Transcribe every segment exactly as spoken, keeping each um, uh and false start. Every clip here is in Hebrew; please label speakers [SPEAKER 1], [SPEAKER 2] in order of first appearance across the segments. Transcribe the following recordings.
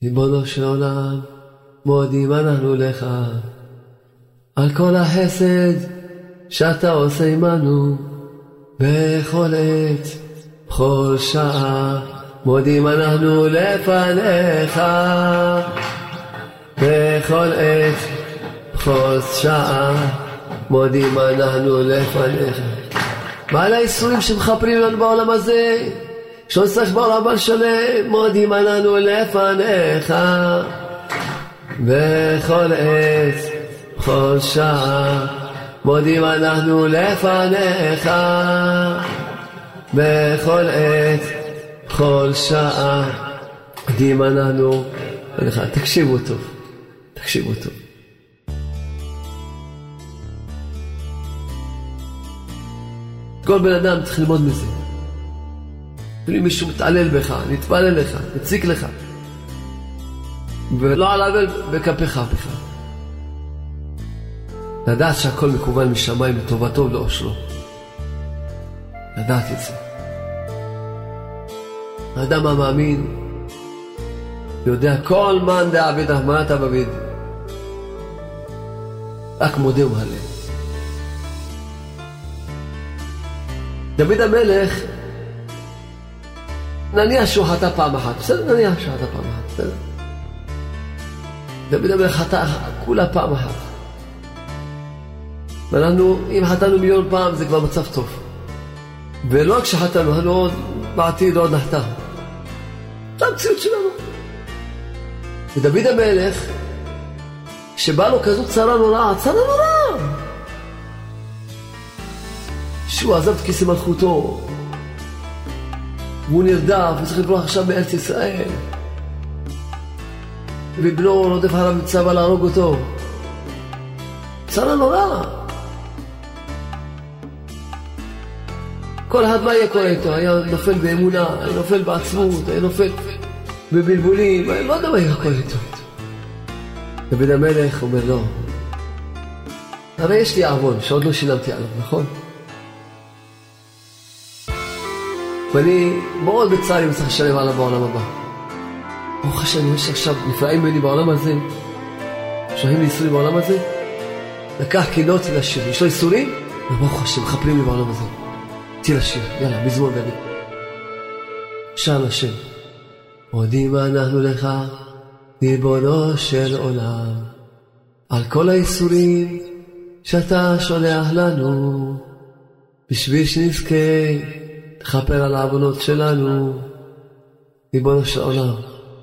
[SPEAKER 1] ריבונו של עולם, מודים אנחנו לך על כל החסד שאתה עושה עמנו בכל עת, בכל שעה. מודים אנחנו לפניך בכל עת, בכל שעה. מודים אנחנו לפניך. מה על האיסורים שמחפרים לנו בעולם הזה, שלא נצטרך בעולם על שלם? מודים אנחנו לפניך בכל עת, בכל שעה. מודים אנחנו לפניך בכל עת, בכל שעה. מודים אנחנו לפניך. תקשיבו טוב, תקשיבו טוב. כל בן אדם צריך ללמוד מזה. אם מישהו מתעלל בך, נתפלל לך, נציק לך, ולא על עוול בכפיך בכלל, לדעת שהכל מקובל משמיים לטובתו ולאושרו. לדעת את זה. האדם המאמין יודע כל מן דעביד רחמנת אבביד, רק מודה ומהלל. דוד המלך, נניח שהוא חטא פעם אחת, בסדר? נניח שהוא חטא פעם אחת, בסדר? דוד המלך חטא כולה פעם אחת. ואנחנו, אם חטאנו מיליון פעם, זה כבר מצב טוב. ולא רק שחטאנו, אנחנו עוד בעתיד עוד נחטא. זה המציאות שלנו. ודוד המלך, שבא לו כזו צרה נוראה, צרה נוראה, שהוא עזב את כיסא מלכותו, והוא נרדף, וצריך לברוח עכשיו מארץ ישראל, ובנו רודף אחריו מצווה להרוג אותו. צרה נוראה. כל אחד מה יהיה קורה איתו? היה נופל באמונה, היה נופל בעצמות, היה נופל בבלבולים, אני לא יודע מה יהיה קורה איתו. דוד המלך אומר לא, הרי יש לי עוון שעוד לא שילמתי עליו, נכון? ואני מאוד בצער אם צריך לשלם עליו בעולם הבא. ברוך השם, יש עכשיו נפלאים ממני בעולם הזה, שואלים לי איסורים בעולם הזה, לקח קינות לשיר, יש לו איסורים? וברוך השם, מחפלים לי בעולם הזה. תהיה לשיר, יאללה, מזמון דוד. שר לשם. מודים אנחנו לך, ריבונו של עולם, על כל האיסורים שאתה שולח לנו, בשביל שנזכה תחפר על העוונות שלנו, ריבונו של עולם.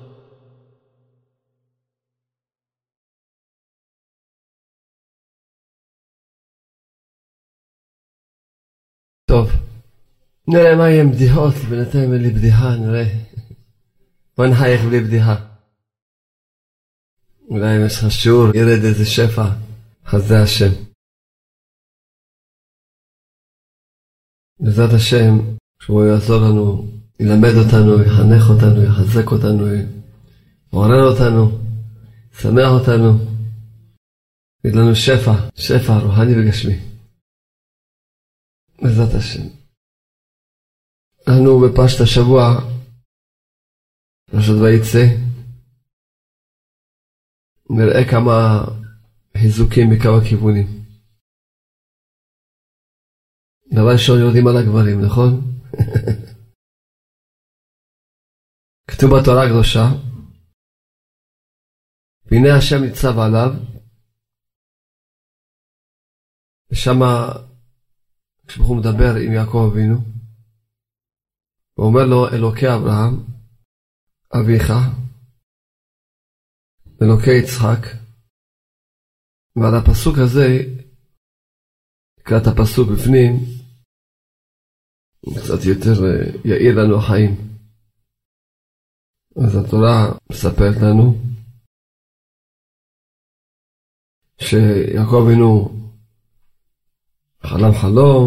[SPEAKER 1] טוב, נראה מה יהיה עם בדיחות. בינתיים אין לי בדיחה, נראה. בוא נחייך בלי בדיחה. אולי אם יש לך שיעור ירד איזה שפע, חזה השם. בעזרת השם, שהוא יעזור לנו, ילמד אותנו, יחנך אותנו, יחזק אותנו, יעורר אותנו, ישמח אותנו, יגיד לנו שפע, שפע רוחני וגשמי. בעזרת השם. אנחנו בפרשת השבוע, פרשת ויצא, נראה כמה חיזוקים מכמה כיוונים. דבר ראשון יורדים על הגברים, נכון? כתוב בתורה הקדושה, והנה השם ניצב עליו, ושמה כשבחור מדבר עם יעקב אבינו, הוא אומר לו, אלוקי אברהם, אביך, אלוקי יצחק. ועל הפסוק הזה, נקרא את הפסוק בפנים, קצת יותר יאיר לנו החיים. אז התורה מספרת לנו, שיעקב אבינו חלם חלום,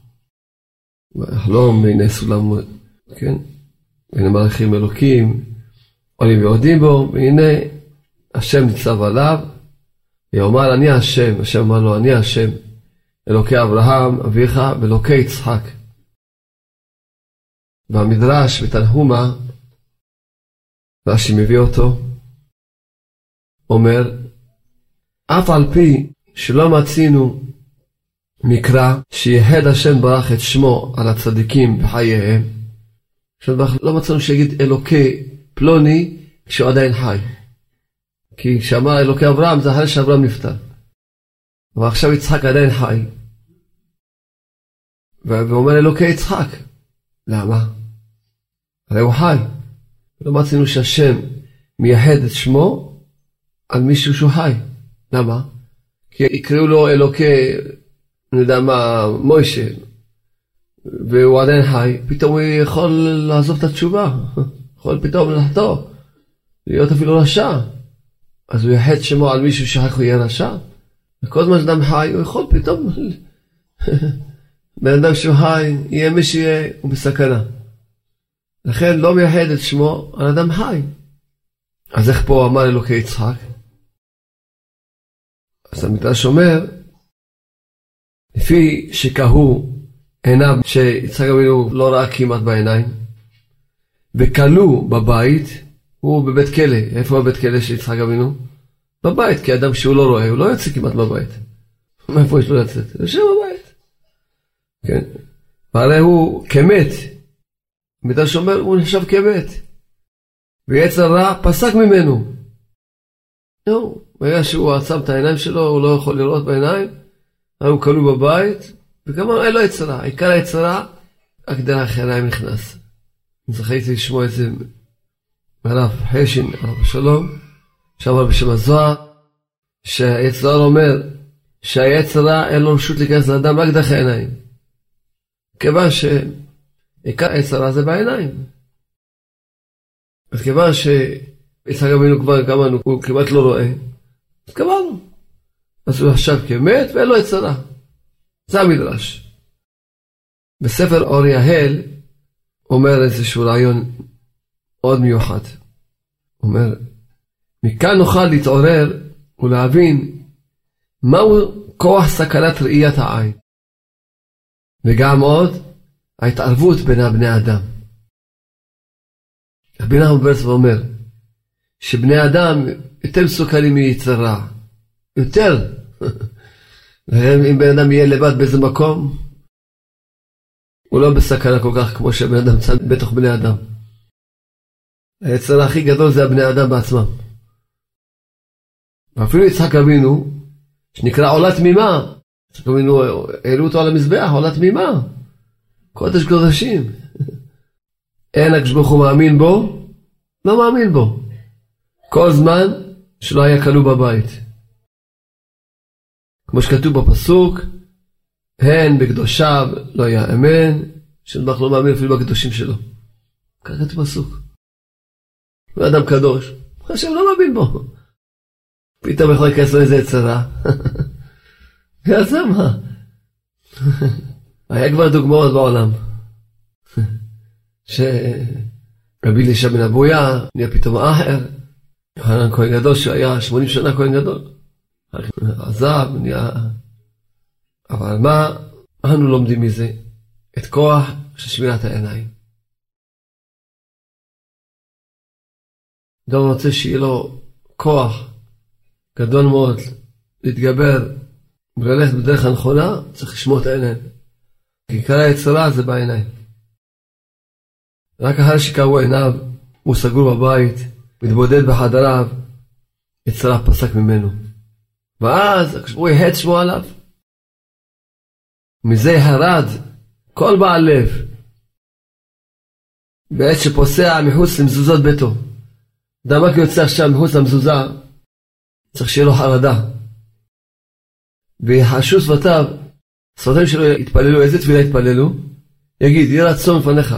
[SPEAKER 1] חלום מעיני סולם, כן? והנה מלאכים אלוקים, עולים ויורדים בו, והנה השם ניצב עליו, ואומר אני השם, השם אמר לו אני השם, אלוקי אברהם, אביך, ואלוקי יצחק. והמדרש בתנחומה, רש"י מביא אותו, אומר, אף על פי שלא מצינו מקרא שיהד השם ברך את שמו על הצדיקים בחייהם, לא מצאנו שיגיד אלוקי פלוני כשהוא עדיין חי. כי כשאמר אלוקי אברהם זה אחרי שאברהם נפטר. ועכשיו יצחק עדיין חי. ואומר אלוקי יצחק. למה? הרי הוא חי. לא מצינו שהשם מייחד את שמו על מישהו שהוא חי. למה? כי יקראו לו אלוקי, אני יודע מה, מוישה, והוא עדיין חי, פתאום הוא יכול לעזוב את התשובה, יכול פתאום לחטוא, להיות אפילו רשע. אז הוא ייחד שמו על מישהו שאחר הוא יהיה רשע. וכל זמן שאדם חי, הוא יכול פתאום, בן אדם שהוא חי, יהיה מי שיהיה, הוא בסכנה. לכן לא מייחד את שמו על אדם חי. אז איך פה אמר אלוקי יצחק? אז המדרש אומר, לפי שקהו עיניו שיצחק אבינו לא ראה כמעט בעיניים, וכלו בבית, הוא בבית כלא. איפה הבית כלא של יצחק אבינו? בבית, כי אדם שהוא לא רואה, הוא לא יוצא כמעט בבית. מאיפה יש לו לצאת? הוא יושב בבית. כן. והרי הוא כמת. המדרש אומר, הוא נחשב כמת. ויצר רע פסק ממנו. נו, ברגע שהוא עצם את העיניים שלו, הוא לא יכול לראות בעיניים, הוא כלוא בבית, וגם אין לו יצר רע. העיקר היצר רע, הגדרה אחרי העיניים נכנס. אני זכיתי לשמוע את זה מהרב חשין, הרב שלום, שאמר בשם הזוהר, שהיצר רע אומר, שהיצר רע אין לו רשות להיכנס לאדם רק דרך העיניים. כיוון שעיקר היצר רע זה בעיניים. אז כיוון שיצחק אבינו כבר גמרנו, הוא כמעט לא רואה, אז גמרנו. אז הוא עכשיו כמת ואין לו יצר רע. זה המדרש. בספר אור יהל אומר איזשהו רעיון מאוד מיוחד. אומר, מכאן נוכל להתעורר ולהבין מהו כוח סכנת ראיית העין. וגם עוד, ההתערבות בין הבני אדם. רבי נחמן מברסלב אומר, שבני אדם יותר מסוכנים מיצר רע. יותר. אם בן אדם יהיה לבד באיזה מקום, הוא לא בסכנה כל כך כמו שבן אדם צד בתוך בני אדם. היצר הכי גדול זה הבני אדם בעצמם. ואפילו יצחק אבינו, שנקרא עולה תמימה, יצחק אבינו, העלו אותו על המזבח, עולה תמימה. קודש קודשים. אין הקדוש ברוך הוא מאמין בו, לא מאמין בו. כל זמן שלא היה כלוא בבית. כמו שכתוב בפסוק, הן בקדושיו לא יאמן, שנבח לא מאמין אפילו בקדושים שלו. כך כתוב בפסוק. הוא אדם קדוש, השם לא מאמין בו. פתאום יכול להיכנס לו איזה יצר רע. אז זה מה? היה כבר דוגמאות בעולם. שרבי אלישע בן אבויה נהיה פתאום אחר. יוחנן כהן גדול שהיה שמונים שנה כהן גדול. עזב, נהיה... אבל מה אנו לומדים מזה? את כוח של שמירת העיניים. אדם רוצה שיהיה לו כוח גדול מאוד להתגבר וללכת בדרך הנכונה, צריך לשמור את העיניים. כי עיקר היצר רע זה בעיניים. רק אחרי שקראו עיניו, הוא סגור בבית, מתבודד בחדריו, יצר רע פסק ממנו. ואז הוא ייחד שמו עליו. מזה הרד כל בעל לב, בעת שפוסע מחוץ למזוזות ביתו. דמק יוצא עכשיו מחוץ למזוזה, צריך שיהיה לו חרדה. ויחשו שפתיו, שפתיים שלו יתפללו, איזה תפילה יתפללו? יגיד, יהיה רצון לפניך.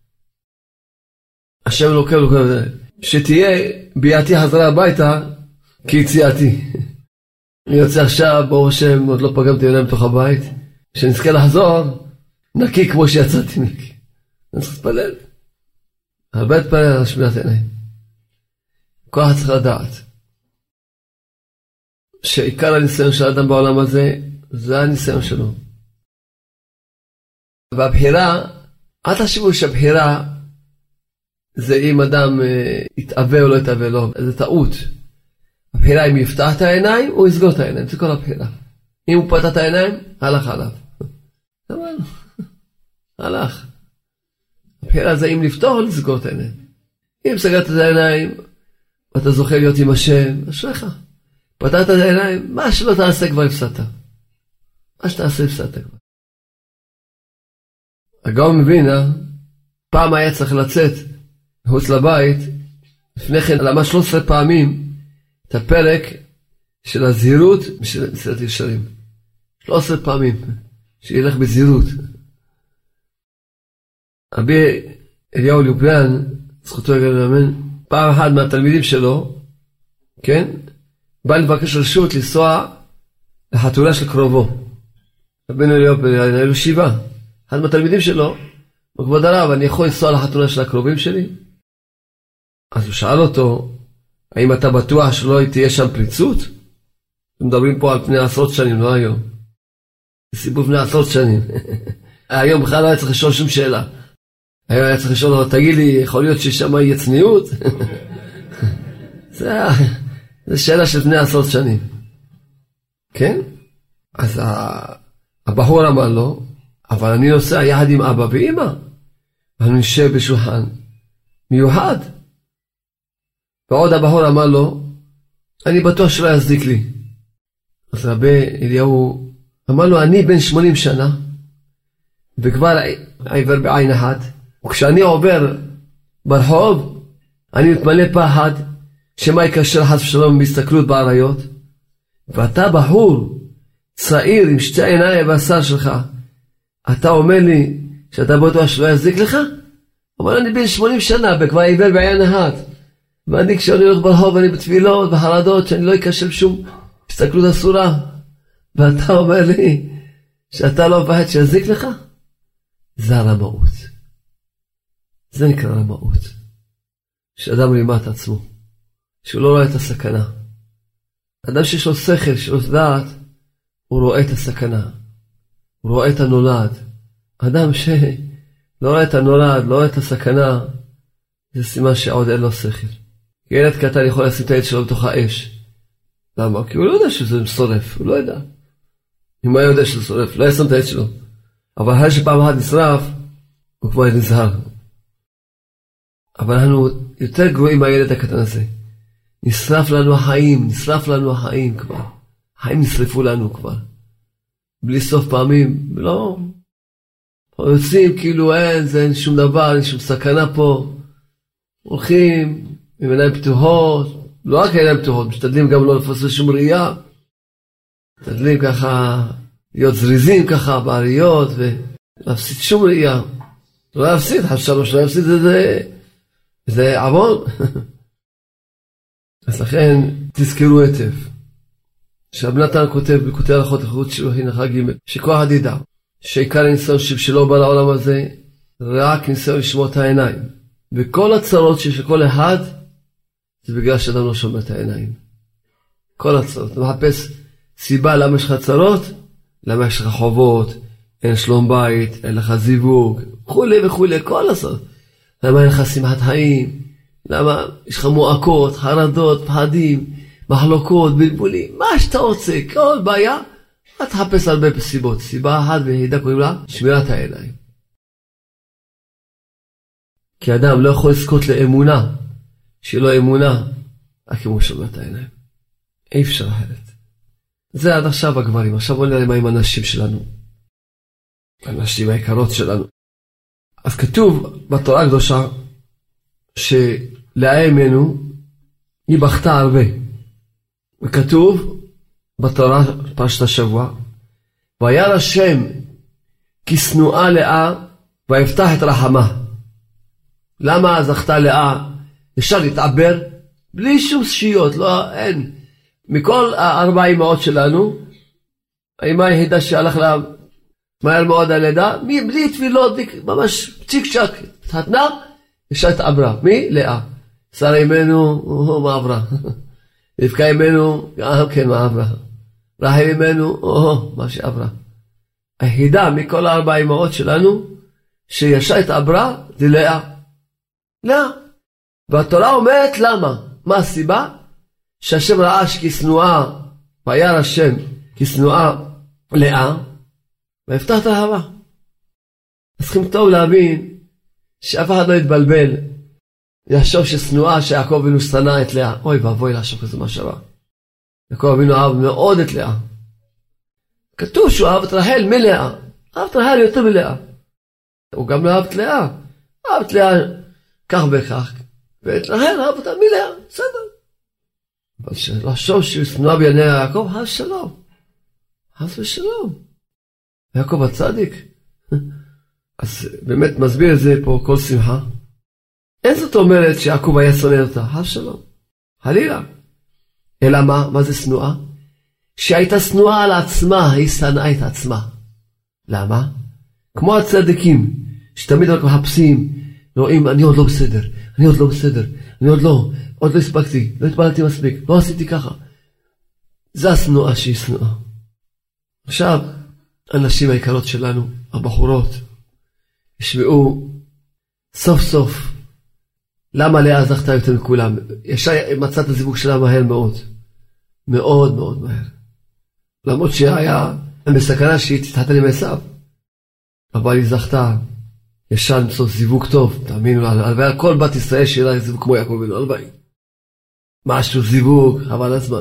[SPEAKER 1] השם אלוקי אלוקי, שתהיה ביאתי חזרה הביתה, כי יציאתי. אני יוצא עכשיו, ברוך השם, עוד לא פגמתי עיניים בתוך הבית, שנזכה לחזור, נקי כמו שיצאתי נקי. אני צריך להתפלל. הרבה להתפלל על שמירת עיניים. כוח צריך לדעת. שעיקר הניסיון של האדם בעולם הזה, זה הניסיון שלו. והבחירה, אל תחשבו שהבחירה, זה אם אדם יתאווה או לא יתאווה, לא. זה טעות. הבחירה אם יפתח את העיניים או יסגור את העיניים, זה כל הבחירה. אם הוא פתח את העיניים, הלך עליו. הלך. הבחירה זה אם לפתוח או לסגור את העיניים. אם סגרת את העיניים, ואתה זוכה להיות עם השם, אשריך. פתחת את העיניים, מה שלא תעשה כבר הפסדת. מה שתעשה הפסדת כבר. הגאון מווילנה, פעם היה צריך לצאת מחוץ לבית, לפני כן למד שלוש עשרה פעמים את הפרק של הזהירות ושל מסילת ישרים. שלוש עשרה פעמים, שילך בזהירות. רבי אליהו ליבוביאן, זכותו יגן לאמן, פעם אחת מהתלמידים שלו, כן, בא לבקש רשות לנסוע לחתונה של קרובו. רבינו אליהו היה לו שבעה. אחד מהתלמידים שלו, כבוד הרב, אני יכול לנסוע לחתונה של הקרובים שלי? אז הוא שאל אותו, האם אתה בטוח שלא תהיה שם פריצות? מדברים פה על פני עשרות שנים, לא היום. זה סיפור פני עשרות שנים. היום בכלל לא היה צריך לשאול שום שאלה. היום היה צריך לשאול לו, תגיד לי, יכול להיות ששם יהיה צניעות? זה, זה שאלה של פני עשרות שנים. כן? אז הבחור אמר לו, אבל אני נוסע יחד עם אבא ואמא. אני נשב בשולחן מיוחד. ועוד הבחור אמר לו, אני בטוח שלא יזדיק לי. אז רבי אליהו אמר לו, אני בן שמונים שנה, וכבר עיוור בעין אחת, וכשאני עובר ברחוב, אני מתמלא פחד, שמה יקשר חס ושלום בהסתכלות בעריות, ואתה בחור צעיר עם שתי עיניים והשר שלך, אתה אומר לי שאתה בטוח שלא יזדיק לך? אבל אני בן שמונים שנה, וכבר עיוור בעין אחת, ואני כשאני הולך ברחוב, אני בתפילות וחרדות, שאני לא אקשר שום הסתכלות אסורה, ואתה אומר לי שאתה לא מפחד שיזיק לך? זה הרמאות. זה נקרא רמאות. שאדם רימה את עצמו, שהוא לא רואה את הסכנה. אדם שיש לו שכל, שיש לו דעת, הוא רואה את הסכנה. הוא רואה את הנולד. אדם שלא רואה את הנולד, לא רואה את הסכנה, זה סימן שעוד אין לו שכל. ילד קטן יכול לשים את הילד שלו בתוך האש. למה? כי הוא לא יודע שזה שורף, הוא לא יודע. אם הוא יודע שזה שורף, לא ישם את הילד שלו. אבל אחרי שפעם אחת נשרף, הוא כבר נזהר. אבל אנחנו יותר גרועים מהילד הקטן הזה. נשרף לנו החיים, נשרף לנו החיים כבר. החיים נשרפו לנו כבר. בלי סוף פעמים, לא. יוצאים כאילו אין, זה אין שום דבר, אין שום סכנה פה. הולכים עם עיניים פתוחות, לא רק עיניים פתוחות, משתדלים גם לא לפסול שום ראייה. משתדלים ככה, להיות זריזים ככה בעריות, ולהפסיד שום ראייה. לא להפסיד, חשבנו שלא להפסיד את זה, זה עוון. אז לכן, תזכרו היטב. שרבי נתן כותב בקוטעי הלכות לחרות שילוחין אחר ג' שכוח ידע, שעיקר הניסיון שלו בא לעולם הזה, רק ניסיון לשמור את העיניים. וכל הצרות שיש לכל אחד, זה בגלל שאדם לא שומר את העיניים. כל הצרות. אתה מחפש סיבה למה יש לך צרות, למה יש לך חובות, אין שלום בית, אין לך זיווג, וכולי וכולי, כל הצרות. למה אין לך שמחת חיים, למה יש לך מועקות, חרדות, פחדים, מחלוקות, בלבולים, מה שאתה רוצה, כל בעיה, אתה תחפש הרבה סיבות. סיבה אחת והידה קוראים לה שמירת העיניים. כי אדם לא יכול לזכות לאמונה, שלא אמונה, רק אם הוא שומר את העיניים. אי אפשר אחרת. זה עד עכשיו הגברים, עכשיו בוא נראה מה עם הנשים שלנו. הנשים היקרות שלנו. אז כתוב בתורה הקדושה, שלאה אמנו, היא בכתה הרבה. וכתוב בתורה פרשת השבוע, וירא השם כי שנואה לאה ויפתח את רחמה. למה זכתה לאה? אפשר להתעבר בלי שום שיות, לא, אין. מכל הארבע אמהות שלנו, האמא היחידה שהלך לה מהר מאוד הלידה, בלי תפילות, ממש צ'יק צ'ק, התחתנה, אפשר התעברה. מי? לאה. שרה אמנו, או מעברה. רבקה אמנו, גם כן מעברה. רחל אמנו, או מה שעברה. היחידה מכל הארבע אמהות שלנו, שישר התעברה, זה לאה. לאה. והתורה אומרת למה? מה הסיבה? שהשם ראה שכשנואה, וירא השם כשנואה לאה, ויפתח את האהבה. אז צריכים טוב להבין שאף אחד לא יתבלבל, יחשוב ששנואה שיעקב אבינו שנא את לאה. אוי ואבוי לחשוב כזה מחשבה. יעקב אבינו אהב מאוד את לאה. כתוב שהוא אהב את רחל מלאה, אהב את רחל יותר מלאה. הוא גם לא אהב את לאה, אהב את לאה כך וכך, ואת רחל אהב אותה מלאה, בסדר. אבל לחשוב שהוא שנואה בעיני יעקב, חס ושלום. חס ושלום. יעקב הצדיק. אז באמת מסביר את זה פה כל שמחה. אין זאת אומרת שיעקב היה שונא אותה, חס ושלום. חלילה. אלא מה? מה זה שנואה? כשהייתה שנואה על עצמה, היא שנאה את עצמה. למה? כמו הצדיקים, שתמיד רק מחפשים, רואים, אני עוד לא בסדר, אני עוד לא בסדר, אני עוד לא, עוד לא הספקתי, לא התפללתי מספיק, לא עשיתי ככה. זה השנואה שהיא שנואה. עכשיו, הנשים היקרות שלנו, הבחורות, ישמעו סוף סוף, למה לאה זכתה יותר מכולם? ישר מצאת הזיווג שלה מהר מאוד. מאוד מאוד מהר. למרות שהיה בסכנה שהיא תתחתן עם עשיו. אבל היא זכתה ישר למצוא זיווג טוב, תאמינו לה, ועל כל בת ישראל שאלה זיווג כמו יעקב אבינו, הלוואי. משהו זיווג, אבל הזמן.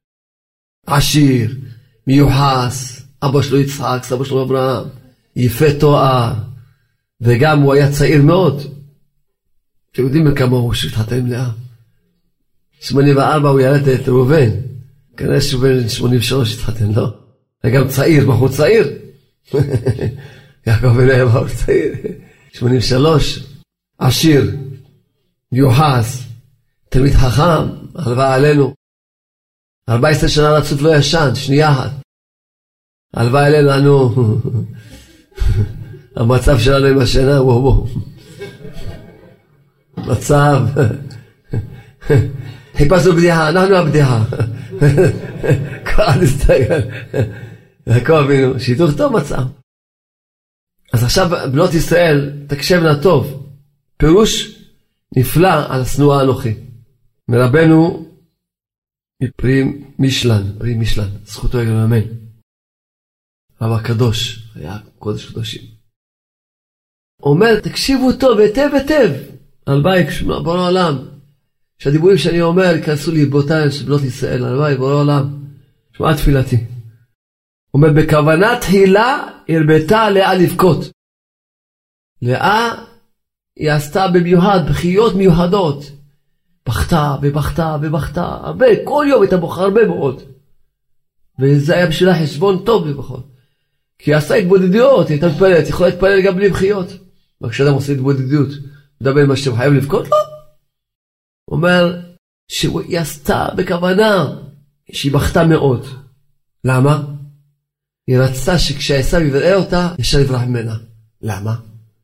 [SPEAKER 1] עשיר, מיוחס, אבא שלו יצחק, סבא שלו אברהם, יפה תואר, וגם הוא היה צעיר מאוד. אתם יודעים בכמה הוא שהתחתן עם לאה. שמונים וארבע הוא ילד את ראובן. כנראה שהוא בן שמונים ושלוש התחתן, לא? היה גם צעיר, בחור צעיר. יעקב אבינו היה בחור צעיר. שמונים ושלוש, עשיר, מיוחס, תלמיד חכם, הלוואה עלינו. ארבע עשרה שנה רצוף לא ישן, שנייה אחת. הלוואה עלינו, אנו, המצב שלנו עם השינה, וואו וואו. מצב, חיפשנו בדיחה, אנחנו הבדיחה. כל נסתגל. יעקב אבינו, שיתוך טוב מצב. אז עכשיו בנות ישראל, תקשבנה טוב, פירוש נפלא על השנואה האנוכי. מרבנו, פרי משלן, פרי משלן, זכותו יגן אמן. רב הקדוש, היה קודש קדושים. אומר, תקשיבו טוב, היטב היטב, הלוואי, בורא העולם, שהדיבורים שאני אומר, יכנסו ליבותיי של בנות ישראל, הלוואי, בורא העולם, שמע תפילתי. אומר, בכוונה תחילה הרבתה לאה לבכות. לאה היא עשתה במיוחד, בחיות מיוחדות. בכתה ובכתה ובכתה, הרבה, כל יום הייתה בוכה הרבה מאוד. וזה היה בשבילה חשבון טוב ובכות. כי היא עשתה התבודדויות, היא הייתה מתפללת, יכולה להתפלל גם בלי בחיות. וכשאדם עושה התבודדות, מדבר מה שאתם חייב לבכות? לא. הוא אומר שהיא עשתה בכוונה, שהיא בכתה מאוד. למה? היא רצתה שכשעשיו יראה אותה, ישר יברח ממנה. למה?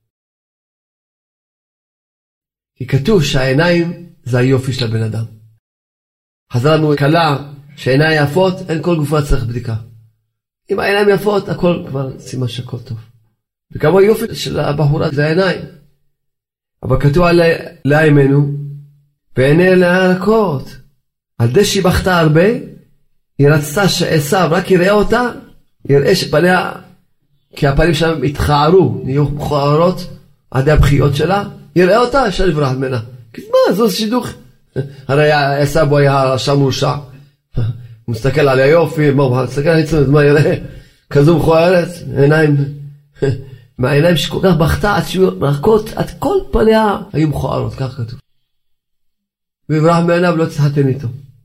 [SPEAKER 1] כי כתוב שהעיניים זה היופי של הבן אדם. חזר לנו קלה שהעיניים יפות, אין כל גופה צריך בדיקה. אם העיניים יפות, הכל כבר סימן שהכל טוב. וכמה היופי של הבחורה זה העיניים. אבל כתוב על לאה אמנו, בעיני לאה רכות. על די שהיא בכתה הרבה, היא רצתה שעשיו רק יראה אותה, יראה שפניה, כי הפנים שלהם התחערו, נהיו מכוערות עד הבכיות שלה, יראה אותה, אפשר לברח ממנה. כי מה, זו שידוך. הרי עשיו הוא היה רשע מורשע. הוא מסתכל על היופי, מה הוא מסתכל על עצמו, מה יראה? כזו מכוערת, עיניים, מהעיניים שכל כך בכתה, עד שהיו מרקות, עד כל פניה היו מכוערות, כך כתוב. ויברח ממנה ולא תתחתן איתו.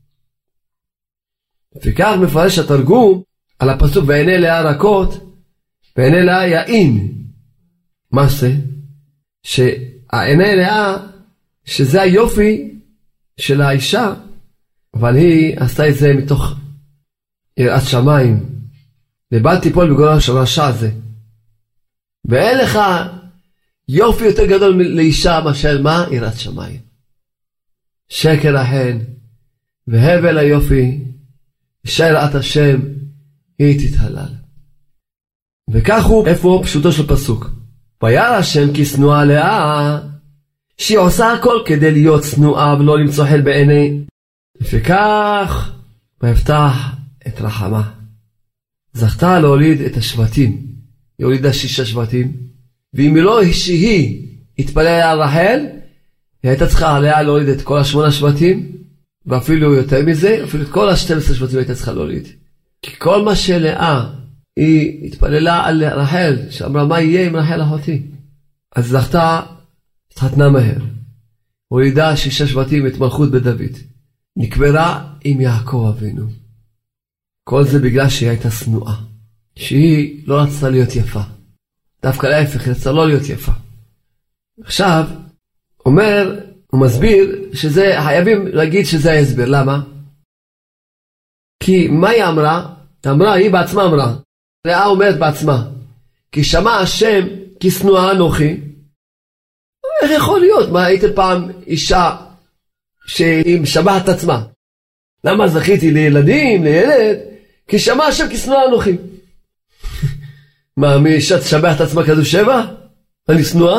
[SPEAKER 1] וכך מפרש התרגום על הפסוק בעיני לאה רכות, בעיני לאה יעין. מה זה? שהעיני לאה, שזה היופי של האישה, אבל היא עשתה את זה מתוך יראת שמיים. לבל תיפול בגורל של רשע הזה. ואין לך יופי יותר גדול לאישה מאשר מה? יראת שמיים. שקר החן והבל היופי, אישה יראת השם, היא תתהלל. וכך הוא, איפה פשוטו של פסוק? וירא השם כי שנואה לאה, שהיא עושה הכל כדי להיות שנואה ולא למצוא חן בעיני לפיכך, ויפתח את רחמה. זכתה להוליד את השבטים. היא הולידה שישה שבטים. ואם לא שהיא התפללה על רחל, היא הייתה צריכה עליה להוליד את כל השמונה שבטים, ואפילו יותר מזה, אפילו את כל ה-שתים עשרה שבטים הייתה צריכה להוליד. כי כל מה שלאה, היא התפללה על רחל, שאמרה מה יהיה עם רחל אחותי. אז זכתה, התחתנה מהר. הולידה שישה שבטים את מלכות בית דוד. נקברה עם יעקב אבינו. כל זה בגלל שהיא הייתה שנואה. שהיא לא רצתה להיות יפה. דווקא להפך, היא רצתה לא להיות יפה. עכשיו, אומר, הוא מסביר שזה, חייבים להגיד שזה ההסבר. למה? כי מה היא אמרה? אמרה, היא בעצמה אמרה. לאה אומרת בעצמה. כי שמע השם כי שנואה אנוכי. איך יכול להיות? מה, הייתם פעם אישה שהיא משבחת את עצמה? למה זכיתי לילדים, לילד? כי שמע השם כי שנואה אנוכי. מה, מי אישה תשבח את עצמה כזו שבע? אני שנואה?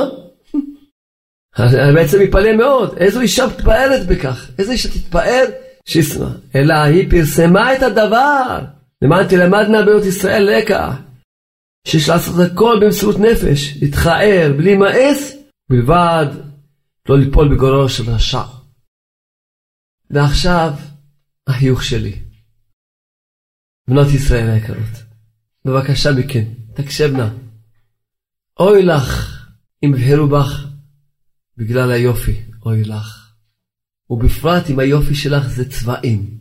[SPEAKER 1] בעצם יפלא מאוד. איזו אישה מתפארת בכך? איזו אישה תתפאר שהיא שנואה? אלא היא פרסמה את הדבר. למען תלמדנה בנות ישראל לקח. שיש לעשות הכל במסירות נפש. להתחער בלי מאס. בלבד לא ליפול בגורלו של רשע. ועכשיו החיוך שלי. בנות ישראל היקרות. בבקשה מכן, תקשבנה. אוי לך אם יבחרו בך בגלל היופי. אוי לך. ובפרט אם היופי שלך זה צבעים.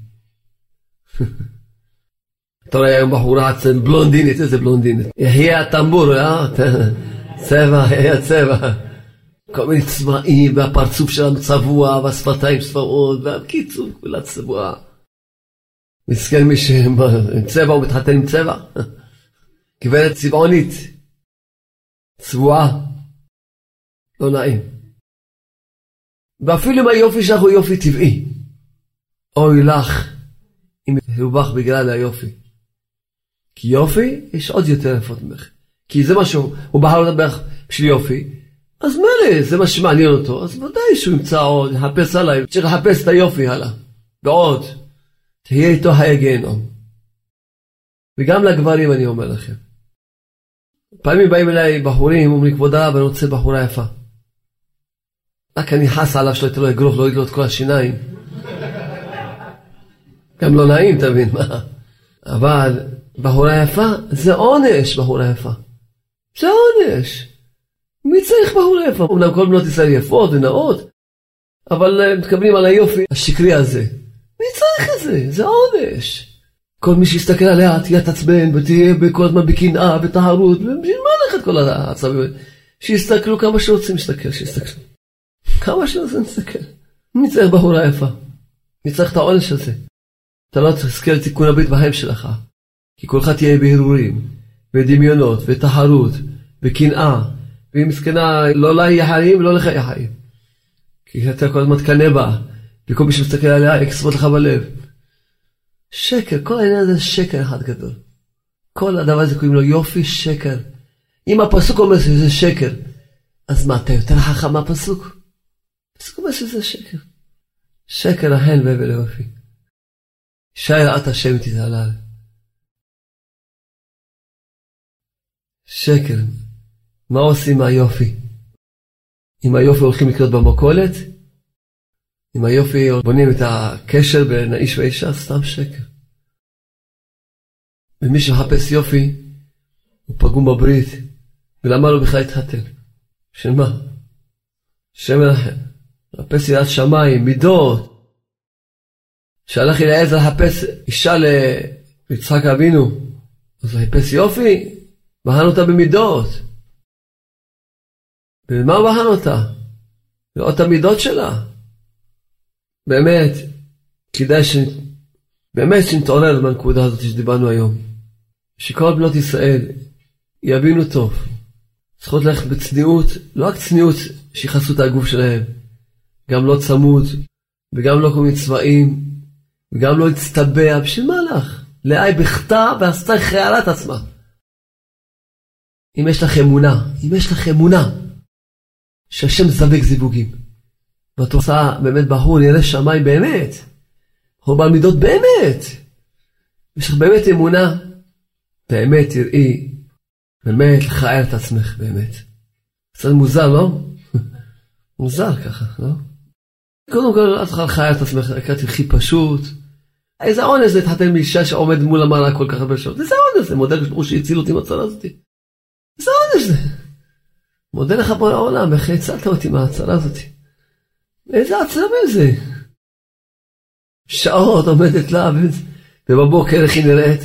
[SPEAKER 1] אתה רואה היום בחורה בלונדינית, איזה בלונדינית. יהיה הטמבור, אה? צבע, יהיה צבע. כל מיני צבעים, והפרצוף שלנו צבוע, והשפתיים צבעות, והקיצור, כולה צבוע. מסכן מי שעם צבע, הוא מתחתן עם צבע. גברת צבעונית. צבועה. לא נעים. ואפילו אם היופי שלך הוא יופי טבעי. אוי לך, אם יבחרו בך בגלל היופי. כי יופי, יש עוד יותר יפות ממך. כי זה משהו, הוא בחר לדבר בשביל יופי. אז מלא, זה מה שמעניין אותו. אז ודאי שהוא ימצא עוד, יחפש עליי. צריך לחפש את היופי הלאה. ועוד. תהיה איתו חיי גיהנום. וגם לגברים אני אומר לכם. פעמים באים אליי בחורים, אומרים כבוד הרב, אני רוצה בחורה יפה. רק אני חס עליו שלא יתלו אגרוף, לא יתלו את כל השיניים. גם לא נעים, תבין מה. אבל בחורה יפה, זה עונש בחורה יפה. זה עונש. מי צריך בחורה יפה? אמנם כל בנות ישראל יפות ונאות, אבל מתכוונים על היופי השקרי הזה. מי צריך את זה? זה עונש. כל מי שיסתכל עליה תהיה תעצבן ותהיה בכל הזמן בקנאה, בתחרות, ובשביל מה הולכת כל העצבים? שיסתכלו כמה שרוצים להסתכל, שיסתכלו. כמה שרוצים להסתכל. מי צריך בחורה יפה? מי צריך את העונש הזה? אתה לא תזכר תיקון הברית בחיים שלך. כי כולך תהיה בהרהורים, ודמיונות, ותחרות, וקנאה, והיא מסכנה לא לה יהיה חיים, לא לך יהיה חיים. כי אתה כל הזמן תקנה בה, וכל מי שמסתכל עליה יקספות לך בלב. שקר, כל העניין הזה שקר אחד גדול. כל הדבר הזה קוראים לו יופי שקר. אם הפסוק אומר שזה שקר, אז מה, אתה יותר חכם מהפסוק? הפסוק אומר שזה שקר. שקר החן והבל היופי. שי רעת השם תתעלל. שקר. מה עושים מהיופי? אם היופי הולכים לקנות במכולת, אם היופי בונים את הקשר בין האיש והאישה, סתם שקר. ומי שמחפש יופי, הוא פגום בברית, ולמה לו בכלל התחתן? של מה? שם מלאכם. מחפש יראת שמיים, מידות. שהלך אליעזר לחפש אישה ליצחק אבינו, אז הוא חיפש יופי, בחן אותה במידות. ומה הוא בחן אותה? לראות את המידות שלה. באמת, כדאי ש... באמת שנתעורר מהנקודה הזאת שדיברנו היום. שכל בנות ישראל יבינו טוב. צריכות ללכת בצניעות, לא רק צניעות שיחסו את הגוף שלהם, גם לא צמוד, וגם לא כל מיני צבעים, וגם לא הצטבע. בשביל מה לך? לאי בכתה ועשתה חיירת עצמה. אם יש לך אמונה, אם יש לך אמונה, שהשם זבק זיווגים, ואת עושה באמת בחור ירא שמיים באמת, הוא בעל מידות באמת. יש לך באמת אמונה, באמת תראי, באמת לכער את עצמך באמת. קצת מוזר, לא? מוזר ככה, לא? קודם כל, את צריכה לכער את עצמך, הכי פשוט. איזה עונש זה להתחתן מאישה שעומד מול המראה כל כך הרבה שעות. איזה עונש זה, מודה לשברו שהציל אותי מהצרה הזאת. איזה עונש זה. מודה לך פה לעולם, איך הצלת אותי מהצרה הזאת. איזה עצלם זה. שעות עומדת לה, ובבוקר איך היא נראית.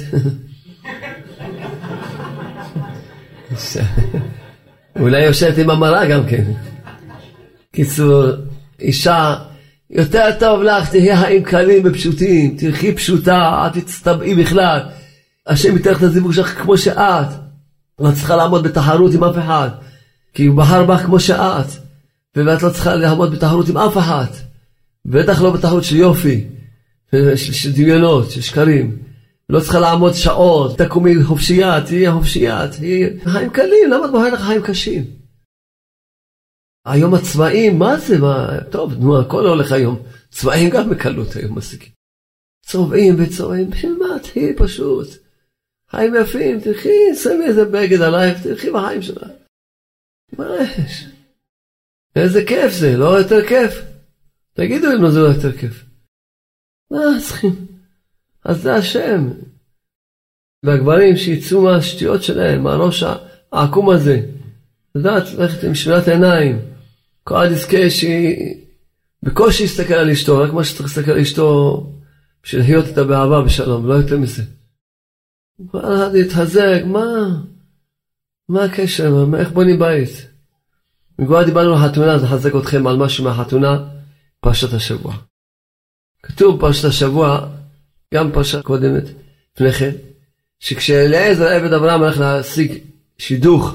[SPEAKER 1] אולי יושבת עם המראה גם כן. קיצור, אישה, יותר טוב לך, תהיה חיים קלים ופשוטים, תלכי פשוטה, אל תצטבעי בכלל. השם ייתן לך את הזיווג שלך כמו שאת. לא צריכה לעמוד בתחרות עם אף אחד, כי הוא בחר בך כמו שאת, ואת לא צריכה לעמוד בתחרות עם אף אחד. בטח לא בתחרות של יופי, של, של דמיונות, של שקרים. לא צריכה לעמוד שעות, תקומי חופשייה, תהיה חופשייה, תהיה חיים קלים, למה את בוחרת לך חיים קשים? היום הצבעים, מה זה? מה? טוב, נו, הכל הולך היום. צבעים גם בקלות היום מסיקים. צובעים וצובעים, בשביל מה? תהי פשוט. חיים יפים, תלכי, שמי איזה בגד עלייך, תלכי בחיים שלה. מה יש? איזה כיף זה, לא יותר כיף? תגידו אם זה לא יותר כיף. מה צריכים? אז זה השם. והגברים שיצאו מהשטויות שלהם, מהראש העקום הזה. לדעת, ללכת עם שמירת עיניים. כל עד יזכה שהיא בקושי יסתכל על אשתו, רק מה שצריך להסתכל על אשתו בשביל להיות איתה באהבה בשלום, לא יותר מזה. כל עד יתחזק, מה? מה הקשר? מה, איך בונים בית? מגוע דיברנו על חתונה, אז לחזק אתכם על משהו מהחתונה, פרשת השבוע. כתוב פרשת השבוע, גם פרשה קודמת, לפני כן, שכשאליעזר עבד אברהם הלך להשיג שידוך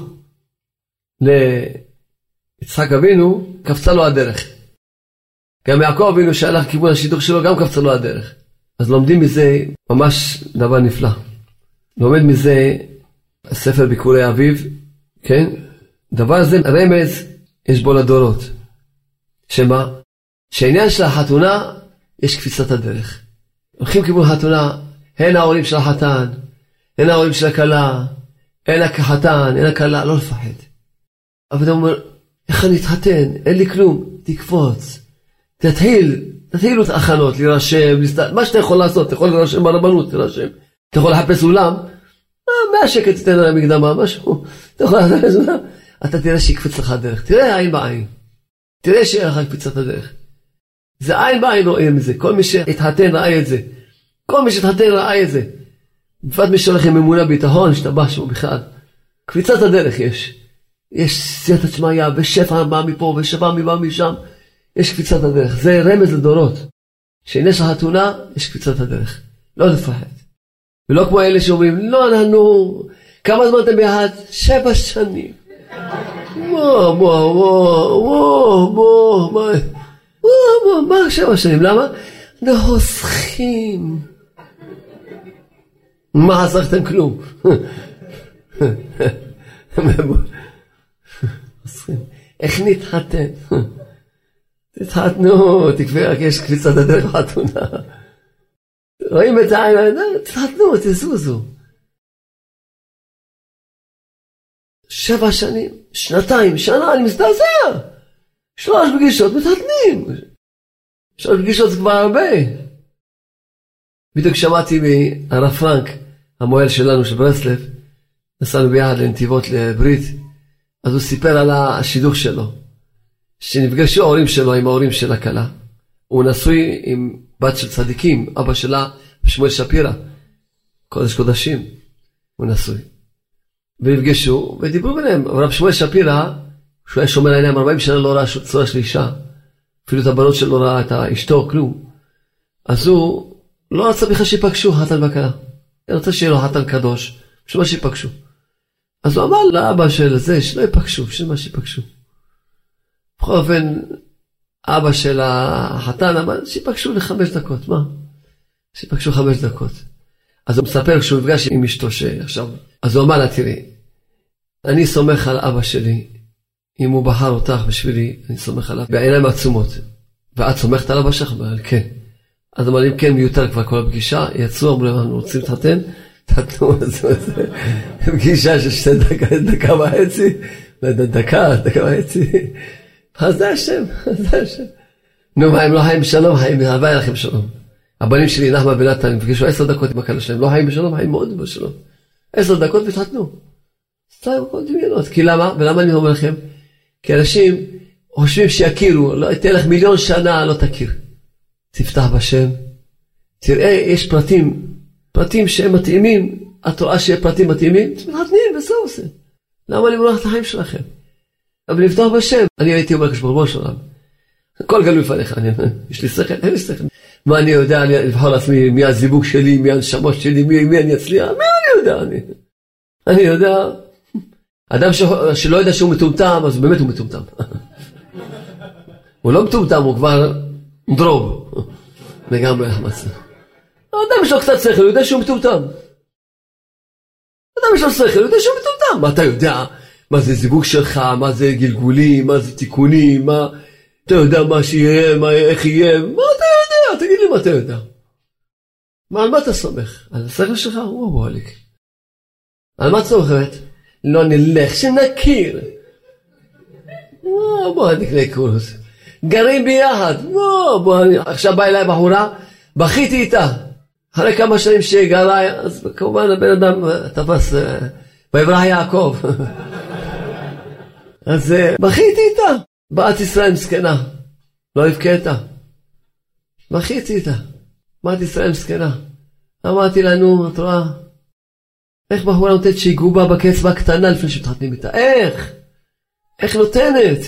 [SPEAKER 1] ליצחק אבינו, קפצה לו הדרך. גם יעקב אבינו שהלך לכיוון השידוך שלו, גם קפצה לו הדרך. אז לומדים מזה ממש דבר נפלא. לומד מזה הספר ביקורי אביב, כן? דבר זה רמז יש בו לדורות. שמה? שהעניין של החתונה יש קפיצת הדרך. הולכים כיוון חתונה, הן ההורים של החתן, הן ההורים של הכלה, הן החתן, הן הכלה, לא לפחד. אבל אתה אומר, איך אני אתחתן? אין לי כלום, תקפוץ. תתחיל, תתחילו את ההכנות, להירשם, להסת... מה שאתה יכול לעשות, אתה יכול להירשם ברבנות, תירשם. אתה יכול לחפש אולם, מאה שקל תתן על המקדמה, משהו. אתה יכול לחפש אולם, אתה תראה שיקפץ לך הדרך. תראה עין בעין. תראה שיהיה לך קפיצת הדרך. זה עין בעין רואים את זה. כל מי שהתחתן ראה את זה. כל מי שהתחתן ראה את זה. בפרט מי שהולך עם אמונה ביטחון, השתבח שמו בכלל. קפיצת הדרך יש. יש סייעתא שמיא, ושפע בא מפה, ושפע מבא משם. יש קפיצת הדרך. זה רמז לדורות. שהנה של החתונה, יש קפיצת הדרך. לא לפחד. ולא כמו אלה שאומרים, לא, לנו, כמה זמן אתם ביחד? שבע שנים. וואו, וואו, וואו, וואו, וואו, וואו, וואו, מה שבע שנים? למה? נחוסכים. מה חסכתם כלום? איך נתחתן? תתחתנו, תקפי רק יש קפיצת הדרך בחתונה. רואים את העין, תתחתנו, תזוזו. שבע שנים, שנתיים, שנה, אני מזדעזע. שלוש פגישות, מתחתנים. שלוש פגישות זה כבר הרבה. בדיוק שמעתי מהרב פרנק, המוהל שלנו של ברסלב, נסענו ביחד לנתיבות לברית, אז הוא סיפר על השידוך שלו, שנפגשו ההורים שלו עם ההורים של הכלה. הוא נשוי עם בת של צדיקים, אבא שלה שמואל שפירא, קודש קודשים, הוא נשוי. ונפגשו ודיברו ביניהם. רב שמואל שפירא, שהוא היה שומר עיניים ארבעים שנה, לא ראה צורה של אישה, אפילו את הבנות שלו לא ראה את אשתו, כלום. אז הוא לא רצה בכלל שיפגשו חתן וכלה. הוא רצה שיהיה לו חתן קדוש, בשביל מה שיפגשו. אז הוא אמר לאבא של זה, שלא יפגשו, בשביל מה שיפגשו. בכל אופן, אבא של החתן אמר, שיפגשו לחמש דקות, מה? שיפגשו חמש דקות. אז הוא מספר כשהוא נפגש עם אשתו שעכשיו, אז הוא אמר לה, תראי, אני סומך על אבא שלי, אם הוא בחר אותך בשבילי, אני סומך עליו, בעיניים עצומות. ואת סומכת על אבא שלך? אמר, כן. אז אמרים, כן, מיותר כבר כל הפגישה, יצאו, אמרו להם, אנחנו רוצים להתחתן, תתנו, פגישה של שתי דקה, דקה וחצי, דקה, דקה וחצי, אז זה השם, זה השם. נו, מה, הם לא חיים בשלום, חיים, הלוואי לכם בשלום. הבנים שלי, נחמה ונתן, הם פגישו עשר דקות עם הקהל שלהם, לא חיים בשלום, חיים מאוד בשלום. עשר דקות והתחתנו. סתם, כל דמיינות. כי למה? ולמה אני אומר לכם? כי אנשים חושבים שיכירו, לא תהיה לך מיליון שנה, לא תכיר. תפתח בשם, תראה, יש פרטים, פרטים שהם מתאימים, את רואה שיהיה פרטים מתאימים, מתחתנים, וזהו עושה. למה אני מולך את החיים שלכם? אבל לפתח בשם, אני הייתי אומר כשברבון שלם. הכל גלוי לפניך, אני, יש לי שכל, אין לי שכל. מה אני יודע, אני לבחור לעצמי, מי הזיווג שלי, מי הנשמות שלי, מי, מי אני אצליח, מה אני יודע, אני. אני יודע, אדם ש, שלא יודע שהוא מטומטם, אז באמת הוא מטומטם. הוא לא מטומטם, הוא כבר דרוב. לגמרי החמצה. האדם יש לו קצת שכל, הוא יודע שהוא מטומטם. האדם יש לו שכל, הוא יודע שהוא מטומטם. מה אתה יודע? מה זה זיווג שלך, מה זה גלגולים, מה זה תיקונים, מה... אתה יודע מה שיהיה, מה, איך יהיה, מה אתה יודע? תגיד לי מה אתה יודע. מה, על מה אתה סומך? על השכל שלך? הוא בועליק. על מה צורכת? לא נלך, שנכיר. בוא, בוא נקנה קורס. גרים ביחד. בוא, בוא, עכשיו בא אליי בחורה, בכיתי איתה. אחרי כמה שנים שגרה, אז כמובן הבן אדם תפס, ויברח יעקב. אז בכיתי איתה. בת ישראל מסכנה, לא הבקעת. בכיתי איתה. בת ישראל מסכנה. אמרתי לנו, את רואה, איך בחורה נותנת שיגעו בה בקצבה הקטנה לפני שמתחתנים איתה? איך? איך נותנת?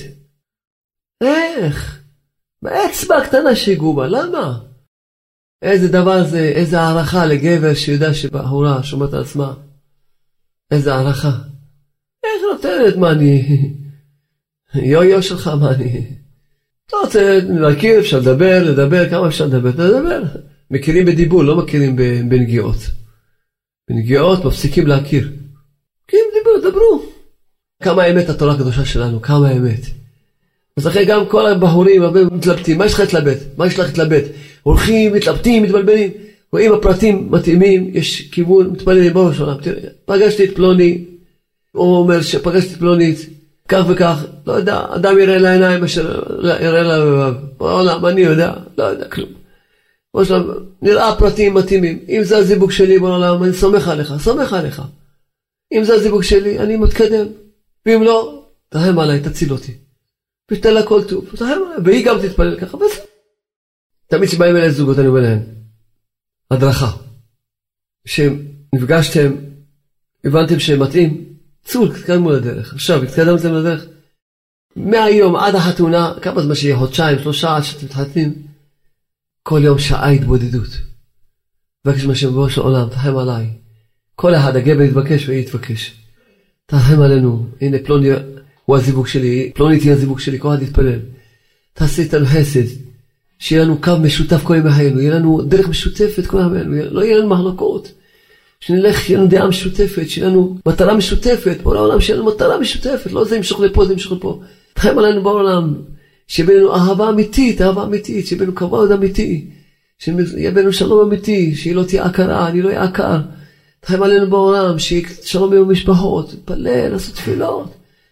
[SPEAKER 1] איך? באצבע הקטנה שיגעו בה, למה? איזה דבר זה, איזה הערכה לגבר שיודע שבחורה שומעת על עצמה. איזה הערכה. איך נותנת, מה אני... יו-יו שלך, מה אני... אתה רוצה להכיר, אפשר לדבר, לדבר, כמה אפשר לדבר, לדבר. מכירים בדיבור, לא מכירים בנגיעות. בנגיעות מפסיקים להכיר. מכירים בדיבור, דברו. כמה האמת התורה הקדושה שלנו, כמה האמת. אז אחרי גם כל הבחורים מתלבטים, מה יש לך להתלבט? מה יש לך להתלבט? הולכים, מתלבטים, מתבלבלים. רואים הפרטים מתאימים, יש כיוון, מתפללים, בואו שלום, תראה, פגשתי את פלוני, הוא אומר שפגשתי את פלונית, כך וכך, לא יודע, אדם יראה לעיניים, יראה לה, בעולם, אני יודע, לא יודע, כלום. שלום, נראה פרטים מתאימים, אם זה הזיווג שלי בעולם, אני סומך עליך, סומך עליך. אם זה הזיווג שלי, אני מתקדם, ואם לא, תרחם עליי, תציל אותי. ותן לה כל טוב, תרחם עליי, והיא גם תתפלל ככה, בסדר. תמיד שבאים אליי זוגות, אני אומר להם, הדרכה, שנפגשתם, הבנתם שהם מתאים, צאו, תתקדמו לדרך. עכשיו, תתקדמתם לדרך. מהיום עד החתונה, כמה זמן שיהיה, חודשיים, שלושה, עד שאתם מתחתנים, כל יום שעה התבודדות. תבקש מהשם בראש של עולם, תרחם עליי. כל אחד, הגבר יתבקש והיא יתבקש. תרחם עלינו, הנה פלוני הוא הזיווג שלי, פלוני תהיה הזיווג שלי, כל אחד יתפלל. תעשי איתנו חסד, שיהיה לנו קו משותף כל ימי חיינו, יהיה לנו דרך משותפת כל ימי, לא יהיה לנו מחלוקות. שנלך, שיהיה לנו דעה משותפת, שיהיה לנו מטרה משותפת, בעולם שיהיה לנו מטרה משותפת, לא זה ימשוך לפה, זה ימשוך לפה. תרחם עלינו בעולם, שיהיה בינינו אהבה אמיתית, אהבה אמיתית, שיהיה בינינו כבוד אמיתי, שיהיה בינינו שלום אמיתי, שהיא לא תהיה עקרה, אני לא אהיה עקר. תרחם עלינו בעולם, שיהיה שלום עם המשפחות, פלל, לעשות תפילות.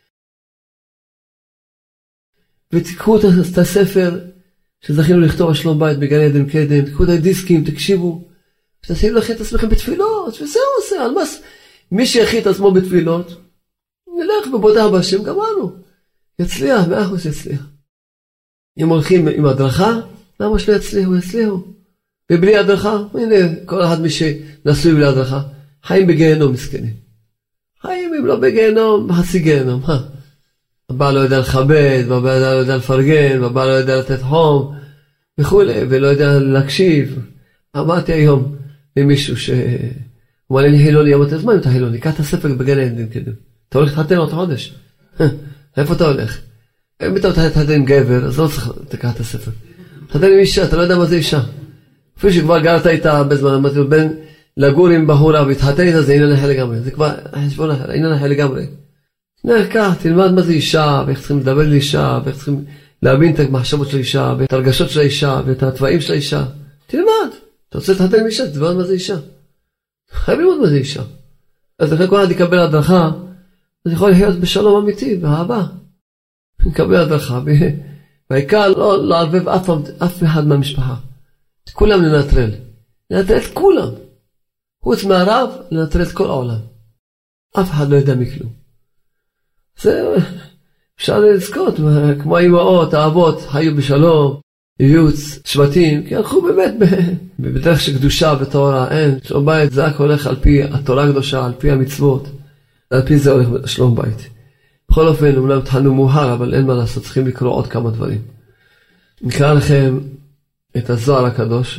[SPEAKER 1] ותקחו את הספר שזכינו לכתוב על שלום בית בגן עדן קדם, תקחו את הדיסקים, תקשיבו, ותשימו לכם את עצמכם בתפילות, וזהו עושה, על מס. מי שיחי את עצמו בתפילות, נלך ובודה בהשם גמרנו. יצליח, מאה אחוז יצליח. אם הולכים עם הדרכה, למה שלא יצליחו? יצליחו. ובלי הדרכה, הנה, כל אחד מי שנשוי בלי הדרכה, חיים בגיהנום מסכנים. חיים אם לא בגיהנום, חצי גיהנום, מה? הבא לא יודע לכבד, והבא לא יודע לפרגן, והבא לא יודע לתת חום, וכו', ולא יודע להקשיב. אמרתי היום למישהו שהוא אמר לי, אני חילוני, אמרתי, אז מה אם אתה חילוני? קח את הספר בגן העדן קדם. אתה הולך להתחתן עוד חודש. איפה אתה הולך? אם אתה מתחתן עם גבר, אז לא צריך לקחת את הספר. תחתן עם אישה, אתה לא יודע מה זה אישה. אפילו שכבר גרת איתה בזמן, אמרתי לו, בין לגור עם בחורה והתחתן איתה, זה עניין אחר לגמרי. זה כבר חשבון אחר, עניין אחר לגמרי. נרקח, תלמד מה זה אישה, ואיך צריכים לדבר לאישה, ואיך צריכים להבין את המחשבות של האישה, ואת הרגשות של האישה, ואת הטבעים של האישה. תלמד. אתה רוצה להתחתן עם אישה, תלמד מה זה אישה. חייב ללמוד מה זה אישה. אז לכן כל אחד יקבל הדרכה, אז יכול להיות בשלום אמיתי, באהבה. יקבל הדרכה, והעיקר לא לערבב אף, אף אחד מהמשפחה. את כולם לנטרל. לנטרל את כולם. חוץ מהרב, לנטרל את כל העולם. אף אחד לא ידע מכלום. זה אפשר לזכות, כמו האמהות, האבות, חיו בשלום, הביאו שבטים, כי הלכו באמת בדרך של קדושה ותורה, אין, שלום בית זה רק הולך על פי התורה הקדושה, על פי המצוות, על פי זה הולך שלום בית. בכל אופן, אומנם התחלנו מאוחר, אבל אין מה לעשות, צריכים לקרוא עוד כמה דברים. נקרא לכם את הזוהר הקדוש,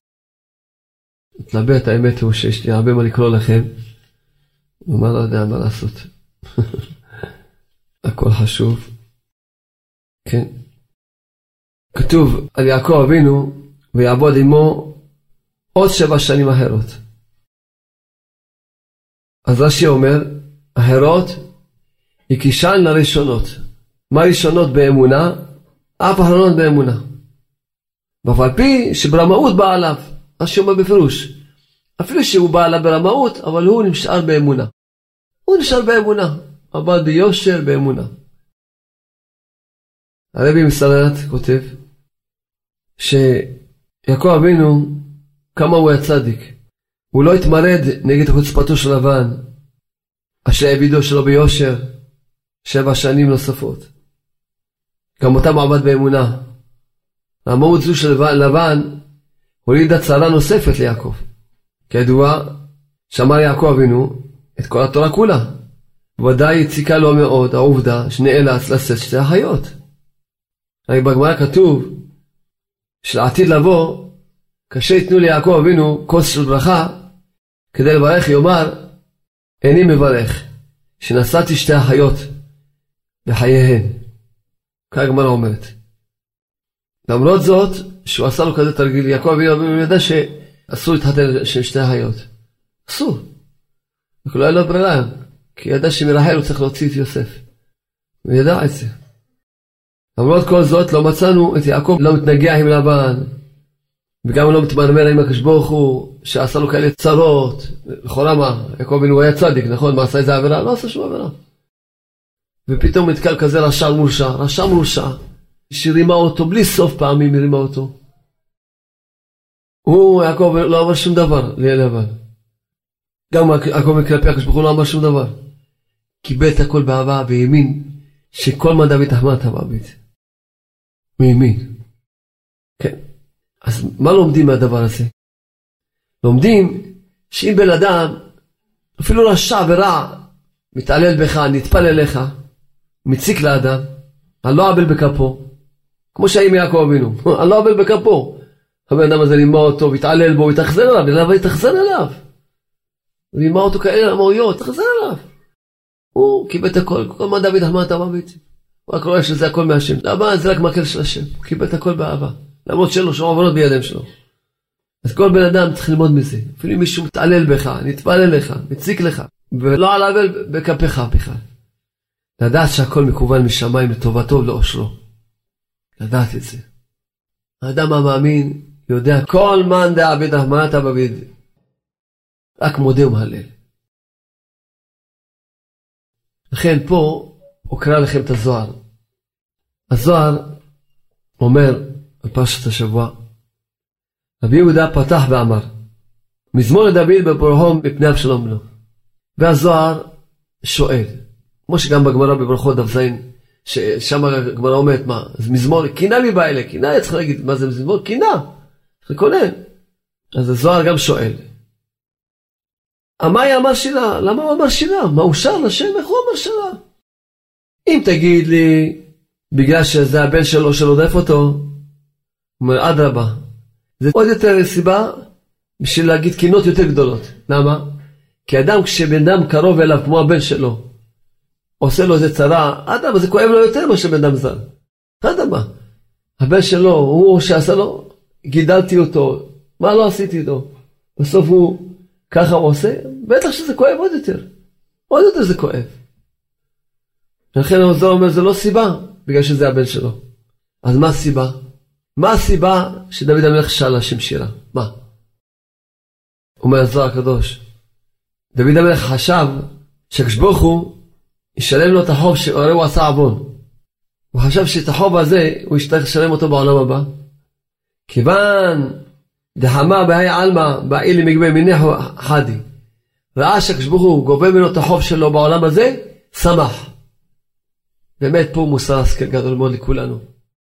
[SPEAKER 1] התלבט, האמת הוא שיש לי הרבה מה לקרוא לכם, ומה לא יודע מה לעשות. הכל חשוב. כן. כתוב על יעקב אבינו, ויעבוד עמו עוד שבע שנים אחרות. אז רש"י אומר, אחרות הקישן לראשונות. מה ראשונות באמונה? אף אחרונות באמונה. ואף פי שברמאות בא עליו. רש"י אומר בפירוש. אפילו שהוא בא עליו ברמאות, אבל הוא נשאר באמונה. הוא נשאר באמונה. עבד ביושר באמונה. הרבי מסלרת כותב, שיעקב אבינו, כמה הוא היה צדיק. הוא לא התמרד נגד חוצפתו של לבן, אשר העבידו שלו ביושר, שבע שנים נוספות. גם אותם עבד באמונה. המהות זו של לבן, הולידה צרה נוספת ליעקב. כידוע, שמר יעקב אבינו את כל התורה כולה. ודאי הציקה לו מאוד העובדה שנאלץ לשאת שתי אחיות. הרי בגמרא כתוב שלעתיד לבוא, כאשר יתנו ליעקב אבינו כוס של ברכה, כדי לברך יאמר, איני מברך, שנשאתי שתי אחיות בחייהן. כך הגמרא אומרת. למרות זאת, שהוא עשה לו כזה תרגיל, יעקב אבינו ידע שאסור להתחתן של שתי אחיות. אסור. וכולו היה לו ברירה, כי ידע שמרחל הוא צריך להוציא את יוסף. הוא ידע את זה. למרות כל זאת, לא מצאנו את יעקב לא מתנגע עם לבן, וגם לא מתמרמר עם הקדוש ברוך הוא, שעשה לו כאלה צרות. לכאורה מה? יעקב אבינו היה צדיק, נכון? מה עשה איזה עבירה? לא עשה שום עבירה. ופתאום נתקל כזה רשע מורשע, רשע מורשע, שרימה אותו, בלי סוף פעמים הרימה אותו. הוא, יעקב, לא אמר שום דבר ללבן. גם יעקב כלפי הקדוש ברוך הוא לא אמר שום דבר. קיבל את הכל באהבה והאמין שכל מה דוד אחמד הבית. הוא האמין. כן. אז מה לומדים מהדבר הזה? לומדים שאם בן אדם, אפילו רשע ורע, מתעלל בך, נטפל אליך, מציק לאדם, על לא עבל בכפו, כמו שהאם יעקב אבינו, על לא עבל בכפו. הבן אדם הזה לימה אותו, והתעלל בו, והתאכזר אליו, ולמה התאכזר אליו? הוא לימה אותו כאלה למאויות, התאכזר אליו. הוא קיבל את הכל, כל מה דוד אחמד הבית. הוא רק רואה שזה הכל מהשם. למה? זה רק מקל של השם. הוא קיבל את הכל באהבה. למרות שלו, שום עבונות בידיהם שלו. אז כל בן אדם צריך ללמוד מזה. אפילו מישהו מתעלל בך, נטפל אליך, מציק לך, ולא על עוול בכפיך בכלל. לדעת שהכל מקובל משמיים לטובתו ולאושרו. לדעת את זה. האדם המאמין יודע כל מן דעבד אחמד הבית. רק מודה ומהלל. לכן פה הוא קרא לכם את הזוהר. הזוהר אומר על פרשת השבוע, רבי יהודה פתח ואמר, מזמור לדוד בברכו מפני אבשלום בנו. והזוהר שואל, כמו שגם בגמרא בברכות דף זין, ששם הגמרא אומרת, מה, זה מזמור, קינה לי באלה, קינה, צריך להגיד, מה זה מזמור? קינה, צריך לקונן. אז הזוהר גם שואל, מה אמר שירה? למה הוא אמר שירה? מה הוא שר לשם? איך הוא אמר שירה? אם תגיד לי, בגלל שזה הבן שלו שרודף אותו, הוא אומר, עד רבה. זה עוד יותר סיבה בשביל להגיד קינות יותר גדולות. למה? כי אדם, כשבן אדם קרוב אליו כמו הבן שלו, עושה לו איזה צרה, עד רבה, זה כואב לו יותר מה שבן אדם זר. עד רבה. הבן שלו, הוא שעשה לו, גידלתי אותו, מה לא עשיתי איתו? בסוף הוא ככה הוא עושה, בטח שזה כואב עוד יותר. עוד יותר זה כואב. לכן הזוהר אומר, זה לא סיבה, בגלל שזה הבן שלו. אז מה הסיבה? מה הסיבה שדוד המלך שר השם שירה? מה? אומר הזוהר הקדוש, דוד המלך חשב שהקדוש ברוך הוא ישלם לו את החוב שהרי הוא עשה עוון. הוא חשב שאת החוב הזה הוא יצטרך לשלם אותו בעולם הבא. כיוון דחמה בהי עלמא באי למגבה מניחו חדי, ראה שהקדוש ברוך הוא גובה ממנו את החוב שלו בעולם הזה, שמח. באמת פה מוסר השכל גדול מאוד לכולנו.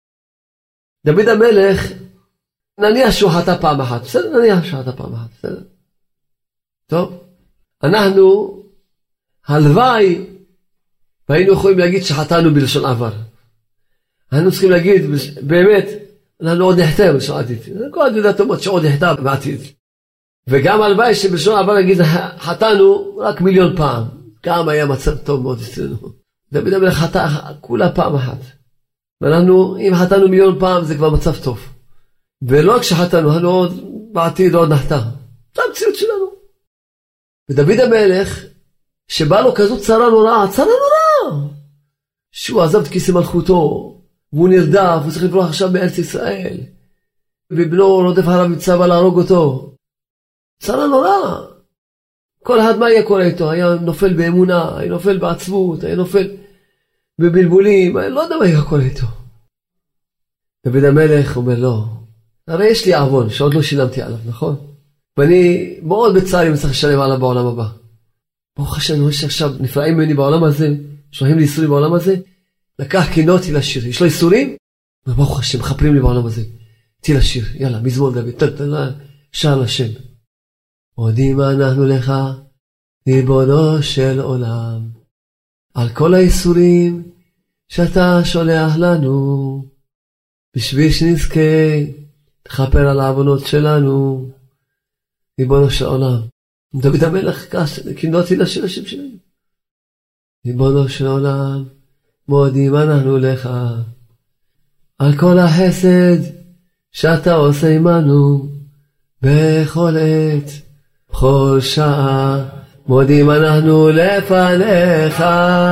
[SPEAKER 1] דוד המלך, נניח שהוא חטא פעם אחת, בסדר? נניח שהוא חטא פעם אחת, בסדר? טוב, אנחנו, הלוואי, והיינו יכולים להגיד שחטאנו בלשון עבר. אנחנו צריכים להגיד, באמת, אנחנו עוד נחטא בלשון עתיד. כל עד יודעת אומות שעוד נחטא בעתיד. וגם הלוואי שבלשון עבר להגיד, חטאנו רק מיליון פעם. גם היה מצב טוב מאוד אצלנו. דוד המלך חטא כולה פעם אחת. ואנחנו, אם חטאנו מיליון פעם, זה כבר מצב טוב. ולא רק שחטאנו, אנחנו עוד בעתיד עוד נחטא. זה המציאות שלנו. ודוד המלך, שבא לו כזאת צרה נוראה, צרה נוראה, שהוא עזב את כיסא מלכותו, והוא נרדף, הוא צריך לברוח עכשיו מארץ ישראל, ובנו רודף אחריו מצווה להרוג אותו. צרה נוראה. כל אחד מה היה קורה איתו? היה נופל באמונה, היה נופל בעצבות, היה נופל בבלבולים, לא יודע מה היה קורה איתו. דוד המלך אומר לו, הרי יש לי עוון שעוד לא שילמתי עליו, נכון? ואני מאוד בצער אם צריך לשלם עליו בעולם הבא. ברוך השם, אני רואה שעכשיו נפלאים ממני בעולם הזה, שולחים לי איסורים בעולם הזה, לקח כינותי לשיר. יש לו איסורים? ברוך השם, מחפרים לי בעולם הזה. תהי לשיר, יאללה, מזמור דוד, תתלה, שר לשם. מודים אנחנו לך, ריבונו של עולם, על כל האיסורים שאתה שולח לנו, בשביל שנזכה, תחפר על העוונות שלנו, ריבונו של עולם. דוד המלך כינותי לשיר השם שלנו. ריבונו של עולם, מודים אנחנו לך, על כל החסד שאתה עושה עמנו, בכל עת, בכל שעה, מודים אנחנו לפניך,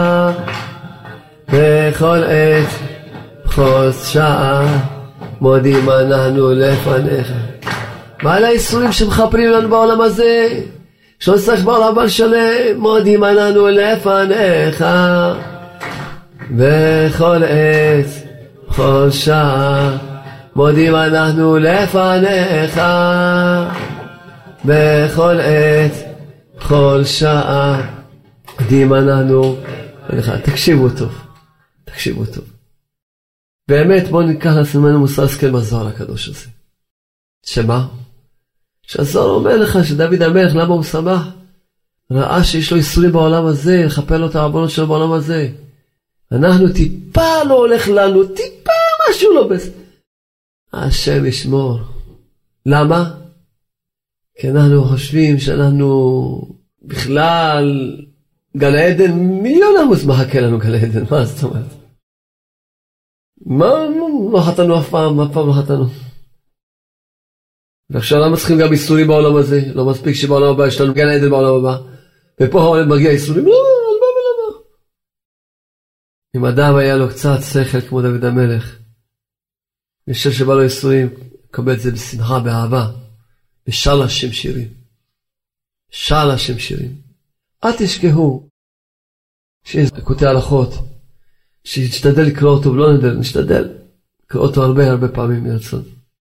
[SPEAKER 1] בכל עת, בכל שעה, מודים אנחנו לפניך. מה על האיסורים שמחפרים לנו בעולם הזה? שלא צריך בעולם הבא לשלם, מודים אנחנו לפניך, בכל עת, בכל שעה, מודים אנחנו לפניך, בכל עת, בכל שעה, מודים אנחנו לפניך. תקשיבו טוב, תקשיבו טוב. באמת בואו ניקח לעצמנו מוסר השכל מהזוהר הקדוש הזה. שמה? שהזוהר אומר לך שדוד המלך, למה הוא שמח? ראה שיש לו איסורים בעולם הזה, לחפר לו את העוונות שלו בעולם הזה. אנחנו טיפה לא הולך לנו, טיפה משהו לא בסדר. השם ישמור. למה? כי אנחנו חושבים שאנחנו בכלל גן העדן, מיליון עמוס מחכה לנו גן העדן, מה זאת אומרת? מה? לא חטאנו אף פעם, אף פעם לא חטאנו. ועכשיו למה צריכים גם איסורים בעולם הזה? לא מספיק שבעולם הבא יש לנו גן העדן בעולם הבא, ופה העולם מגיע איסורים? לא, על מה ולמה? אם אדם היה לו קצת שכל כמו דוד המלך, ושל שבא לו איסורים, קבל את זה בשמחה, באהבה, ושר לשם שירים. שר לשם שירים. אל תשכחו שיש קוטעי הלכות, שתשתדל לקרוא אותו, ולא נדל, נשתדל לקרוא אותו הרבה הרבה פעמים מרצון.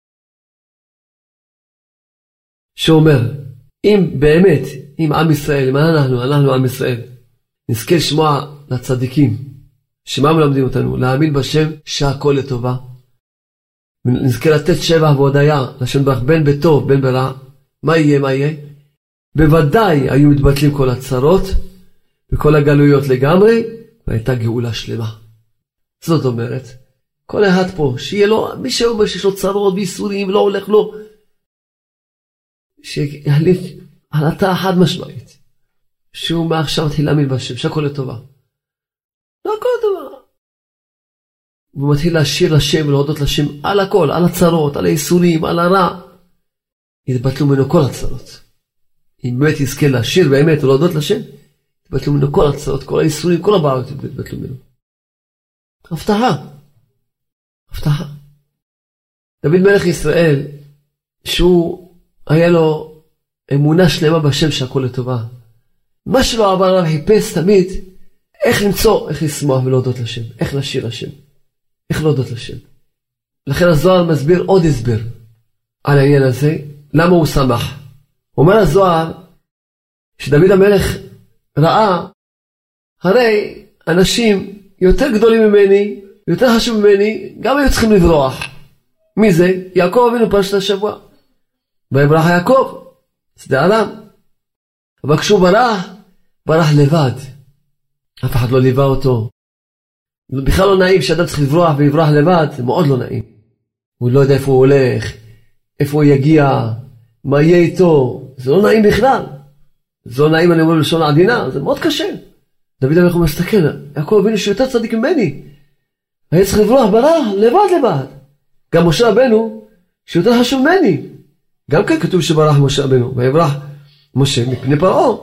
[SPEAKER 1] שאומר, אם באמת, אם עם ישראל, אם אנחנו, אנחנו עם ישראל, נזכה לשמוע לצדיקים, שמה מלמדים אותנו? להאמין בשם שהכל לטובה. נזכה לתת שבח והודיה, לשם ברך בין בטוב, בין ברע. מה יהיה, מה יהיה? בוודאי היו מתבטלים כל הצרות, וכל הגלויות לגמרי, והייתה גאולה שלמה. זאת אומרת, כל אחד פה, שיהיה לו, מי שאומר שיש לו צרות ואיסורים, לא הולך לו, שיחליט החלטה חד משמעית, שהוא מעכשיו מתחיל להאמין בשם, שהכל לטובה. לא הכל לטובה. הוא מתחיל לשיר לשם ולהודות לשם על הכל, על הצרות, על האיסורים, על הרע. יתבטלו ממנו כל הצרות. אם באמת יזכה לשיר באמת ולהודות לשם, יתבטלו ממנו כל הצרות, כל האיסורים, כל הבעיות יתבטלו ממנו. הבטחה. הבטחה. דוד מלך ישראל, שהוא היה לו אמונה שלמה בשם שהכל לטובה. מה שלא עבר עליו חיפש תמיד איך למצוא, איך לשמוח ולהודות לשם, איך לשיר לשם, איך להודות לשם. לכן הזוהר מסביר עוד הסבר על העניין הזה, למה הוא שמח. אומר הזוהר שדוד המלך ראה, הרי אנשים יותר גדולים ממני, יותר חשוב ממני, גם היו צריכים לברוח. מי זה? יעקב אבינו פרשת השבוע. ויברח יעקב, שדה ארם. אבל כשהוא ברח, ברח לבד. אף אחד לא ליווה אותו. בכלל לא נעים שאדם צריך לברוח ויברח לבד, זה מאוד לא נעים. הוא לא יודע איפה הוא הולך, איפה הוא יגיע, מה יהיה איתו. זה לא נעים בכלל. זה לא נעים, אני אומר בלשון העדינה, זה מאוד קשה. דוד המלך הוא מסתכל, יעקב אבינו שיותר צדיק ממני. היה צריך לברוח, ברח, לבד לבד. גם משה רבנו, שיותר חשוב ממני. גם כן כתוב שברח משה רבנו, ויברח משה מפני פרעה.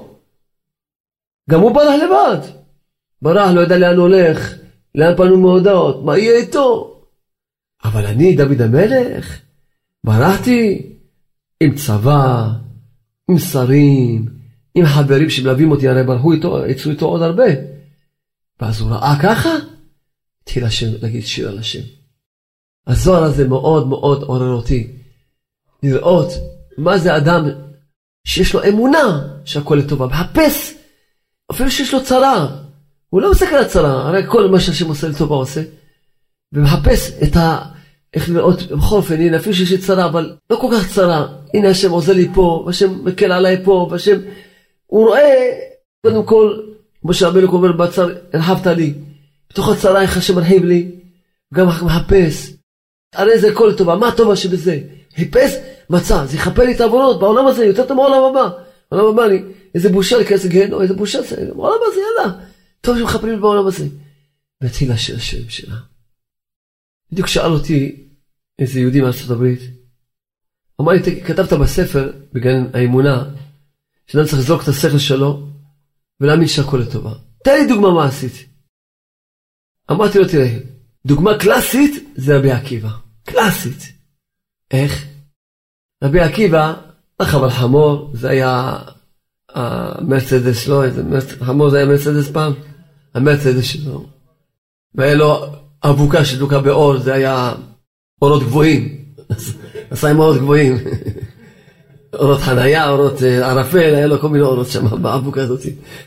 [SPEAKER 1] גם הוא ברח לבד. ברח, לא יודע לאן הולך, לאן פנו מהודעות, מה יהיה איתו. אבל אני, דוד המלך, ברחתי עם צבא, עם שרים, עם חברים שמלווים אותי, הרי ברחו איתו, יצאו איתו עוד הרבה. ואז הוא ראה ככה, התחיל השם, להגיד שיר על השם. הזוהר הזה מאוד מאוד עורר אותי, לראות מה זה אדם שיש לו אמונה שהכל לטובה, מחפש, אפילו שיש לו צרה, הוא לא מסתכל על הצרה, הרי כל מה שהשם עושה לטובה עושה, ומחפש את ה... איך לראות בכל אופן, הנה אפילו שיש לי צרה, אבל לא כל כך צרה, הנה השם עוזר לי פה, והשם מקל עליי פה, והשם, הוא רואה, קודם כל, כמו שהרבנו אומר בצר, הרחבת לי, בתוך הצרה איך השם מרחיב לי, גם מחפש, הרי זה הכל לטובה, מה הטובה שבזה? חיפש, מצא, זה יחפה לי את העוונות, בעולם הזה, יותר טוב מהעולם הבא, בעולם הבא אני, איזה בושה להיכנס לגיהנום, איזה בושה, בעולם הזה, יאללה, טוב שמחפרים לי בעולם הזה. והתחיל לשיר השם שלה. בדיוק שאל אותי איזה יהודי מארצות הברית, אמר לי, כתבת בספר, בגן האמונה, שאדם צריך לזרוק את השכל שלו, ולהאמין שהכל לטובה. תן לי דוגמה מה עשית. אמרתי לו, תראה, דוגמה קלאסית זה רבי עקיבא. קלאסית. איך? רבי עקיבא רכב על חמור, זה היה המרצדס שלו, חמור זה היה מרצדס פעם, המרצדס שלו. והיה לו אבוקה שדוקה באור, זה היה אורות גבוהים. עשה עם אורות גבוהים. אורות חנייה, אורות ערפל, היה לו כל מיני אורות שם באבוקה הזאת.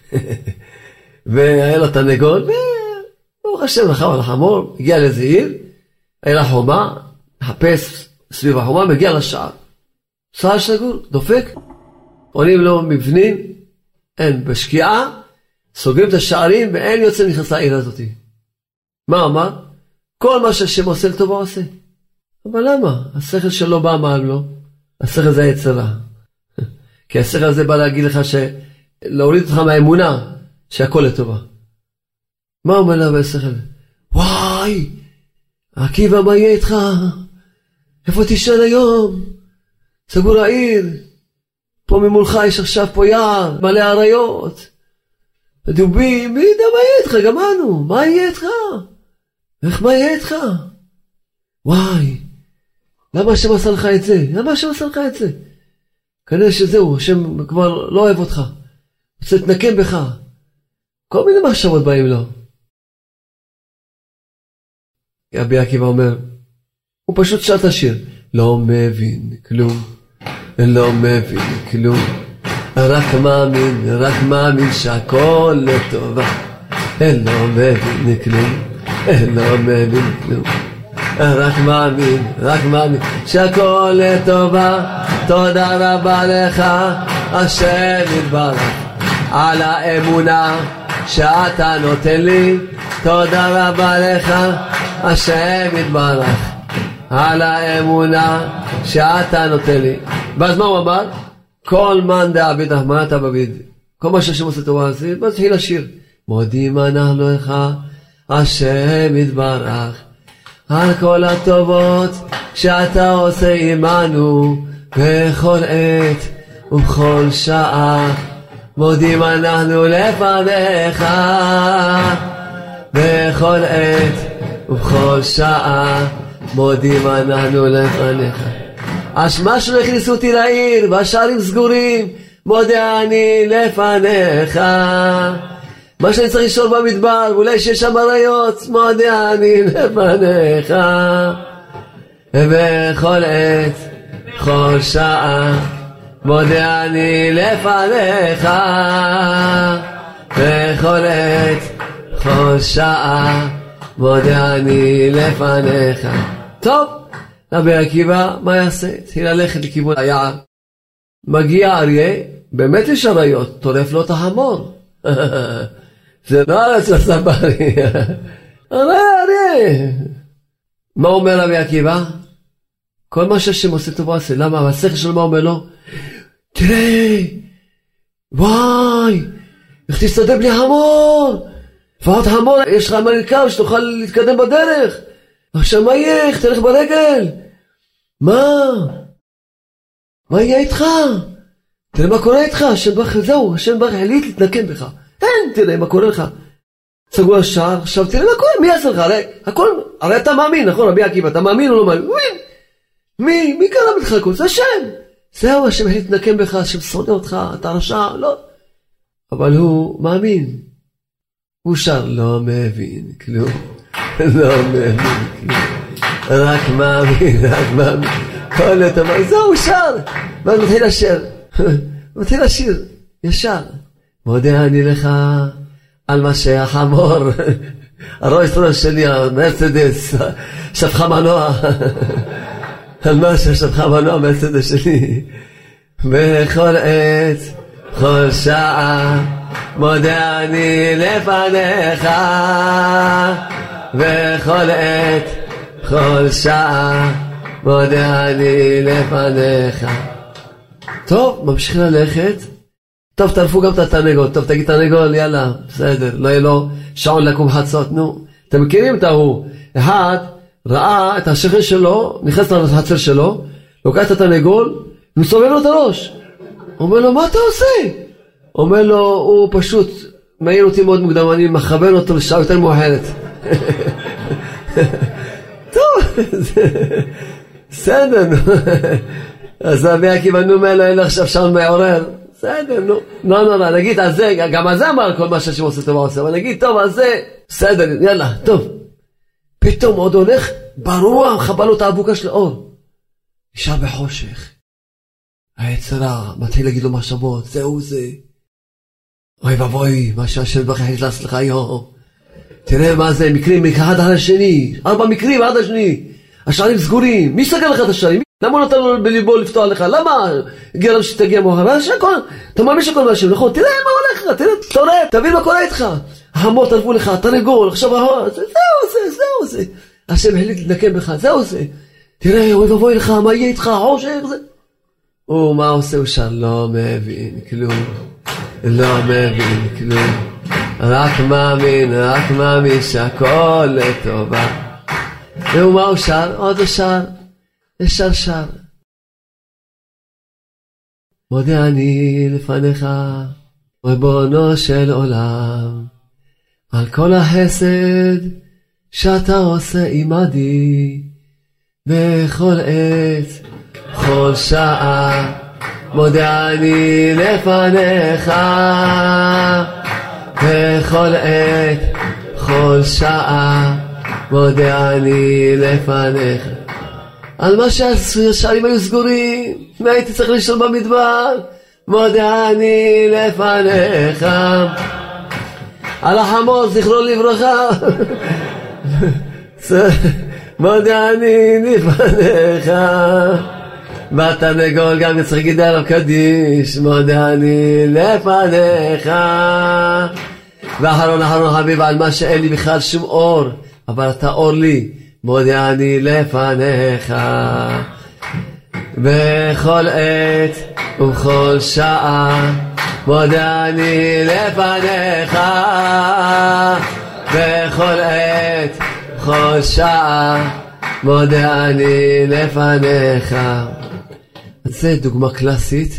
[SPEAKER 1] והיה לו תנגון, וברוך השם רכב על החמור, הגיע לאיזה עיר, היה לה חומה, מחפש סביב החומה, מגיע לשער. שער סגור, דופק, עולים לו מבנים, אין, בשקיעה, סוגרים את השערים, ואין יוצא נכנס לעיר הזאת. מה אמר? כל מה שהשם עושה לטובה עושה. אבל למה? השכל שלו בא מה לו? השכל זה היצרה. כי השכל הזה בא להגיד לך שלהוריד אותך מהאמונה שהכל לטובה. מה אומר לה בשכל? וואי, עקיבא, מה יהיה איתך? איפה תישן היום? סגור העיר. פה ממולך יש עכשיו פה יער, מלא עריות. דובים, מי יודע מה יהיה איתך? גם אנו, מה יהיה איתך? איך מה יהיה איתך? וואי, למה השם עשה לך את זה? למה השם עשה לך את זה? כנראה שזהו, השם כבר לא אוהב אותך. רוצה להתנקם בך. כל מיני מחשבות באים לו. רבי עקיבא אומר, הוא פשוט שר את השיר. לא מבין כלום, לא מבין כלום. רק מאמין, רק מאמין שהכל לטובה. לא מבין כלום, לא מבין כלום. רק מאמין, רק מאמין שהכל לטובה. תודה רבה לך השם יתברך על האמונה שאתה נותן לי. תודה רבה לך השם יתברך על האמונה שאתה נותן לי. ואז מה הוא אמר? כל מן דעביד רחמנא בביד. כל מה שהשם עושה טובה עושה, ואז התחיל לשיר. מודים אנחנו לך השם יתברך על כל הטובות שאתה עושה עמנו בכל עת ובכל שעה. מודים אנחנו לפניך בכל עת ובכל שעה. מודים אנחנו לפניך. משהו הכניסו אותי לעיר, והשערים סגורים, מודה אני לפניך. מה שאני צריך לשאול במדבר, ואולי שיש שם אריות, מודה אני לפניך. ובכל עת, כל שעה, מודה אני לפניך. בכל עת, כל שעה, מודה אני לפניך. טוב, רבי עקיבא, מה יעשה? התחיל ללכת לכיוון היער. מגיע אריה, באמת יש אריות, טורף לו את החמור. זה לא ארץ לסברי. אריה, אריה. מה אומר רבי עקיבא? כל מה שהשם עושה טוב עושה. למה? השכל שלו מה אומר לו? תראה, וואי, איך תסתדר בלי חמור? לפחות חמור, יש לך מרכב שתוכל להתקדם בדרך. עכשיו מה יהיה? איך תלך ברגל? מה? מה יהיה איתך? תראה מה קורה איתך, השם ברך, זהו, השם ברך החליט להתנקם בך. אין, תראה מה קורה לך. סגרו השער, עכשיו תראה מה קורה, מי יעשה לך? הרי, הכל, הרי אתה מאמין, נכון, רבי עקיבא, אתה מאמין או לא מאמין? מי? מי? מי קרא בך הכל? זה השם. זהו, השם החליט להתנקם בך, השם שונא אותך, אתה רשע, לא. אבל הוא מאמין. הוא שר, לא מבין כלום. לא מבין כלום. רק מאמין, רק מאמין. כל את אמר, זהו, הוא שר. ואז מתחיל לשיר. מתחיל לשיר, ישר. מודה אני לך על מה שהחמור, הרויס ראש שלי, המרצדס, שפחה מנוע. על מה ששפחה מנוע, המרצדס שלי. בכל עת, כל שעה, מודה אני לפניך. בכל עת, כל שעה, מודה אני לפניך. טוב, ממשיך ללכת. טוב, תרפו גם את התנגול. טוב, תגיד תנגול, יאללה, בסדר. לא יהיה לו שעון לקום חצות, נו. אתם מכירים את ההוא. אחד ראה את השכן שלו, נכנס לחצר שלו, לוקח את התנגול, ומסובב לו את הראש. אומר לו, מה אתה עושה? אומר לו, הוא פשוט מעיר אותי מאוד מוקדם, אני מכוון אותו לשעה יותר מאוחרת. טוב, בסדר, נו. אז רבי עקיבא, נו מה, אין לך עכשיו שעון מעורר. בסדר, נו. לא נורא, נגיד, אז זה, גם על זה אמר כל מה שהשם עושה טוב עושה, אבל נגיד, טוב, אז זה, בסדר, יאללה, טוב. פתאום עוד הולך, ברוח, חבל לו את האבוקה של האור. נשאר בחושך. היצרה, מתחיל להגיד לו מחשבות, זהו זה. אוי ובוי, מה שהשם ברך החליט לעשות לך היום. תראה מה זה, מקרים אחד על השני, ארבע מקרים עד השני. השערים סגורים, מי סגר לך את השערים? למה לא נתן לו בליבו לפתוח לך? למה? הגיע להם שתגיע מאוחר, אתה מאמין שכל מה השם, נכון? תראה מה הולך לך, תראה, תורא, תבין מה קורה איתך. החמור תרבו לך, תנגול, עכשיו זהו זה, זהו זה. השם החליט להתנקם בך, זהו זה. תראה, אוי ובוי לך, מה יהיה איתך, חושך זה. הוא מה עושה? הוא שר, לא מבין כלום, לא מבין כלום. רק מאמין, רק מאמין שהכל לטובה. והוא מה הוא שר? עוד שר, ישר שר. מודה אני לפניך, ריבונו של עולם, על כל החסד שאתה עושה עמדי, בכל עת, כל שעה, מודה אני לפניך, בכל עת, כל שעה, מודה אני לפניך. על מה שהשערים היו סגורים, מה הייתי צריך לשאול במדבר? מודה אני לפניך. על החמור, זכרו לברכה. מודה אני לפניך. בתרנגול גם צריך להגיד עליו קדיש. מודה אני לפניך. ואחרון אחרון חביב, על מה שאין לי בכלל שום אור, אבל אתה אור לי. מודה אני לפניך. בכל עת ובכל שעה, מודה אני לפניך. בכל עת ובכל שעה, מודה אני לפניך. זה דוגמה קלאסית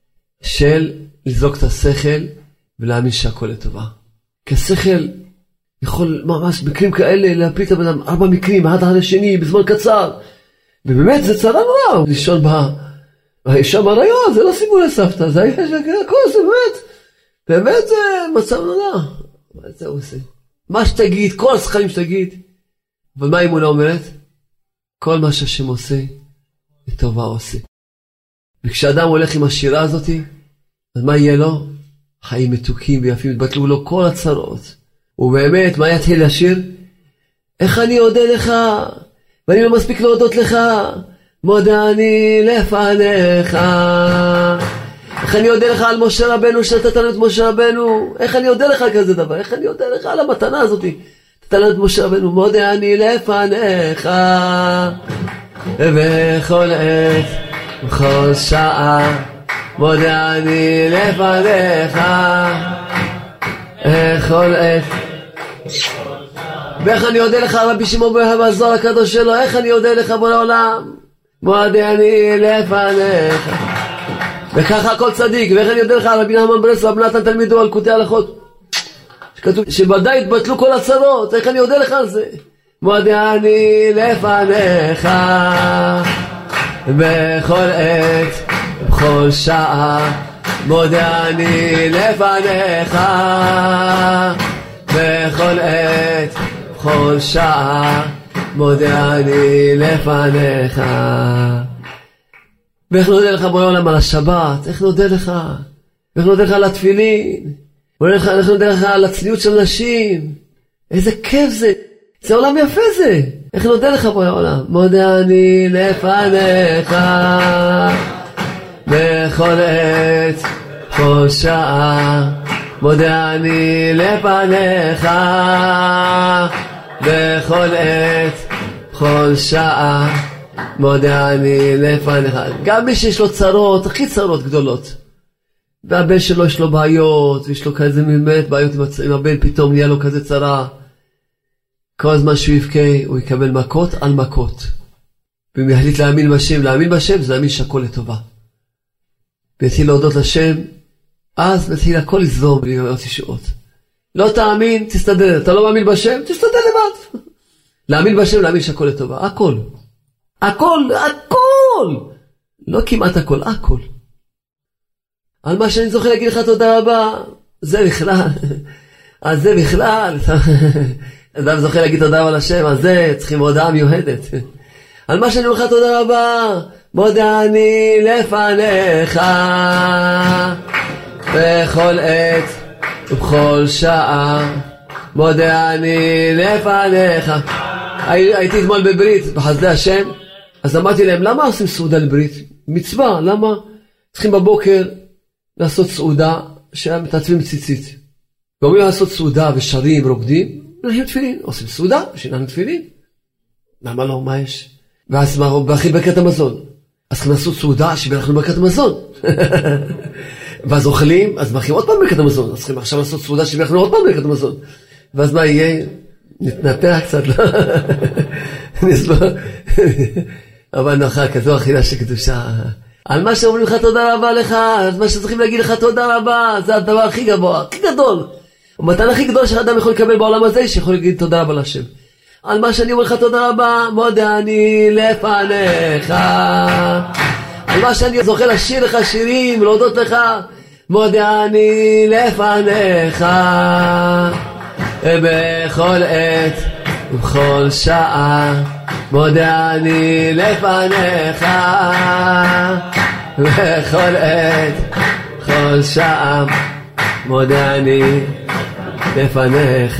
[SPEAKER 1] של לזרוק את השכל ולהאמין שהכל לטובה. כי השכל יכול ממש מקרים כאלה להפיל את הבן אדם, ארבע מקרים, אחד על השני, בזמן קצר. ובאמת זה צרה נורא, לישון באישה מריון, זה לא סיפור לסבתא, זה היה הכל, זה באמת, באמת זה מצב נורא. מה זה הוא עושה? מה שתגיד, כל השכלים שתגיד, אבל מה האמונה אומרת? כל מה שהשם עושה, לטובה עושה. וכשאדם הולך עם השירה הזאת, אז מה יהיה לו? חיים מתוקים ויפים, התבטלו לו כל הצרות. ובאמת, מה יתחיל לשיר? איך אני אודה לך, ואני לא מספיק להודות לך, מודה אני לפניך. איך אני אודה לך על משה רבנו, שנתת לנו את משה רבנו, איך אני אודה לך על כזה דבר, איך אני אודה לך על המתנה הזאת, נתת לנו את משה רבנו, מודה אני לפניך, ובכל עת, בכל שעה, מודה אני לפניך, בכל עת. ואיך אני אודה לך רבי שמעון בר זוהר הקדוש שלו, איך אני אודה לך בורא עולם, מודה אני לפניך. וככה הכל צדיק. ואיך אני יודע לך על רבי נחמן ברסלב בן נתן תלמידו על קוטעי הלכות, שכתוב שבוודאי התבטלו כל הצרות. איך אני יודע לך על זה? מודה אני לפניך בכל עת בכל שעה, מודה אני לפניך בכל עת בכל שעה, מודה אני לפניך. ואיך נודה לך בורא עולם על השבת? איך נודה לך? איך נודה לך על התפילין? איך נודה לך על הצניעות של נשים? איזה כיף זה! זה עולם יפה זה! איך נודה לך בורא עולם? מודה אני לפניך בכל עת בכל שעה, מודה אני לפניך בכל עת בכל שעה, מודה אני לפניך. גם מי שיש לו צרות, הכי צרות גדולות, והבן שלו יש לו בעיות, ויש לו כזה באמת בעיות עם, הצ... עם הבן, פתאום נהיה לו כזה צרה, כל הזמן שהוא יבכה הוא יקבל מכות על מכות. ואם יחליט להאמין בשם, להאמין בשם זה להאמין שהכל לטובה, ויתחיל להודות לשם, אז מתחיל הכל לזרום ולהיות ישועות. לא תאמין, תסתדר. אתה לא מאמין בשם, תסתדר לבד. להאמין בשם, להאמין שהכל לטובה, הכל הכל, הכל, לא כמעט הכל, הכל. על מה שאני זוכה להגיד לך תודה רבה, זה בכלל, אז זה בכלל, אדם זוכה להגיד תודה רבה לשם, אז זה צריכים הודעה מיוחדת. על מה שאני אומר לך תודה רבה, מודה אני לפניך בכל עת ובכל שעה, מודה אני לפניך. הייתי אתמול בברית בחסדי השם, אז אמרתי להם, למה עושים סעודה לברית? מצווה, למה? צריכים בבוקר לעשות סעודה שמתעצבים ציצית, ואומרים לעשות סעודה ושרים רוקדים, נראים תפילין, עושים סעודה ושיננו תפילין, למה לא? מה יש? ואז מה? באכיל ברכת המזון, אז צריכים לעשות סעודה שברכנו ברכת המזון. ואז אוכלים, אז מאכילים עוד פעם ברכת המזון, אז צריכים עכשיו לעשות סעודה שברכנו עוד פעם ברכת המזון, ואז מה יהיה? נתנפח קצת, לא? נסבור. אבל נאכל כזו אכילה שקדושה. על מה שאומרים לך תודה רבה לך, על מה שצריכים להגיד לך תודה רבה, זה הדבר הכי גבוה, הכי גדול. המתנה הכי גדול שאדם יכול לקבל בעולם הזה, שיכול להגיד תודה רבה לשם. על מה שאני אומר לך תודה רבה, מודה אני לפניך. על מה שאני זוכה לשיר לך שירים, להודות לך, מודה אני לפניך. בכל עת ובכל שעה, מודה אני לפניך בכל עת בכל שעה, מודה אני לפניך.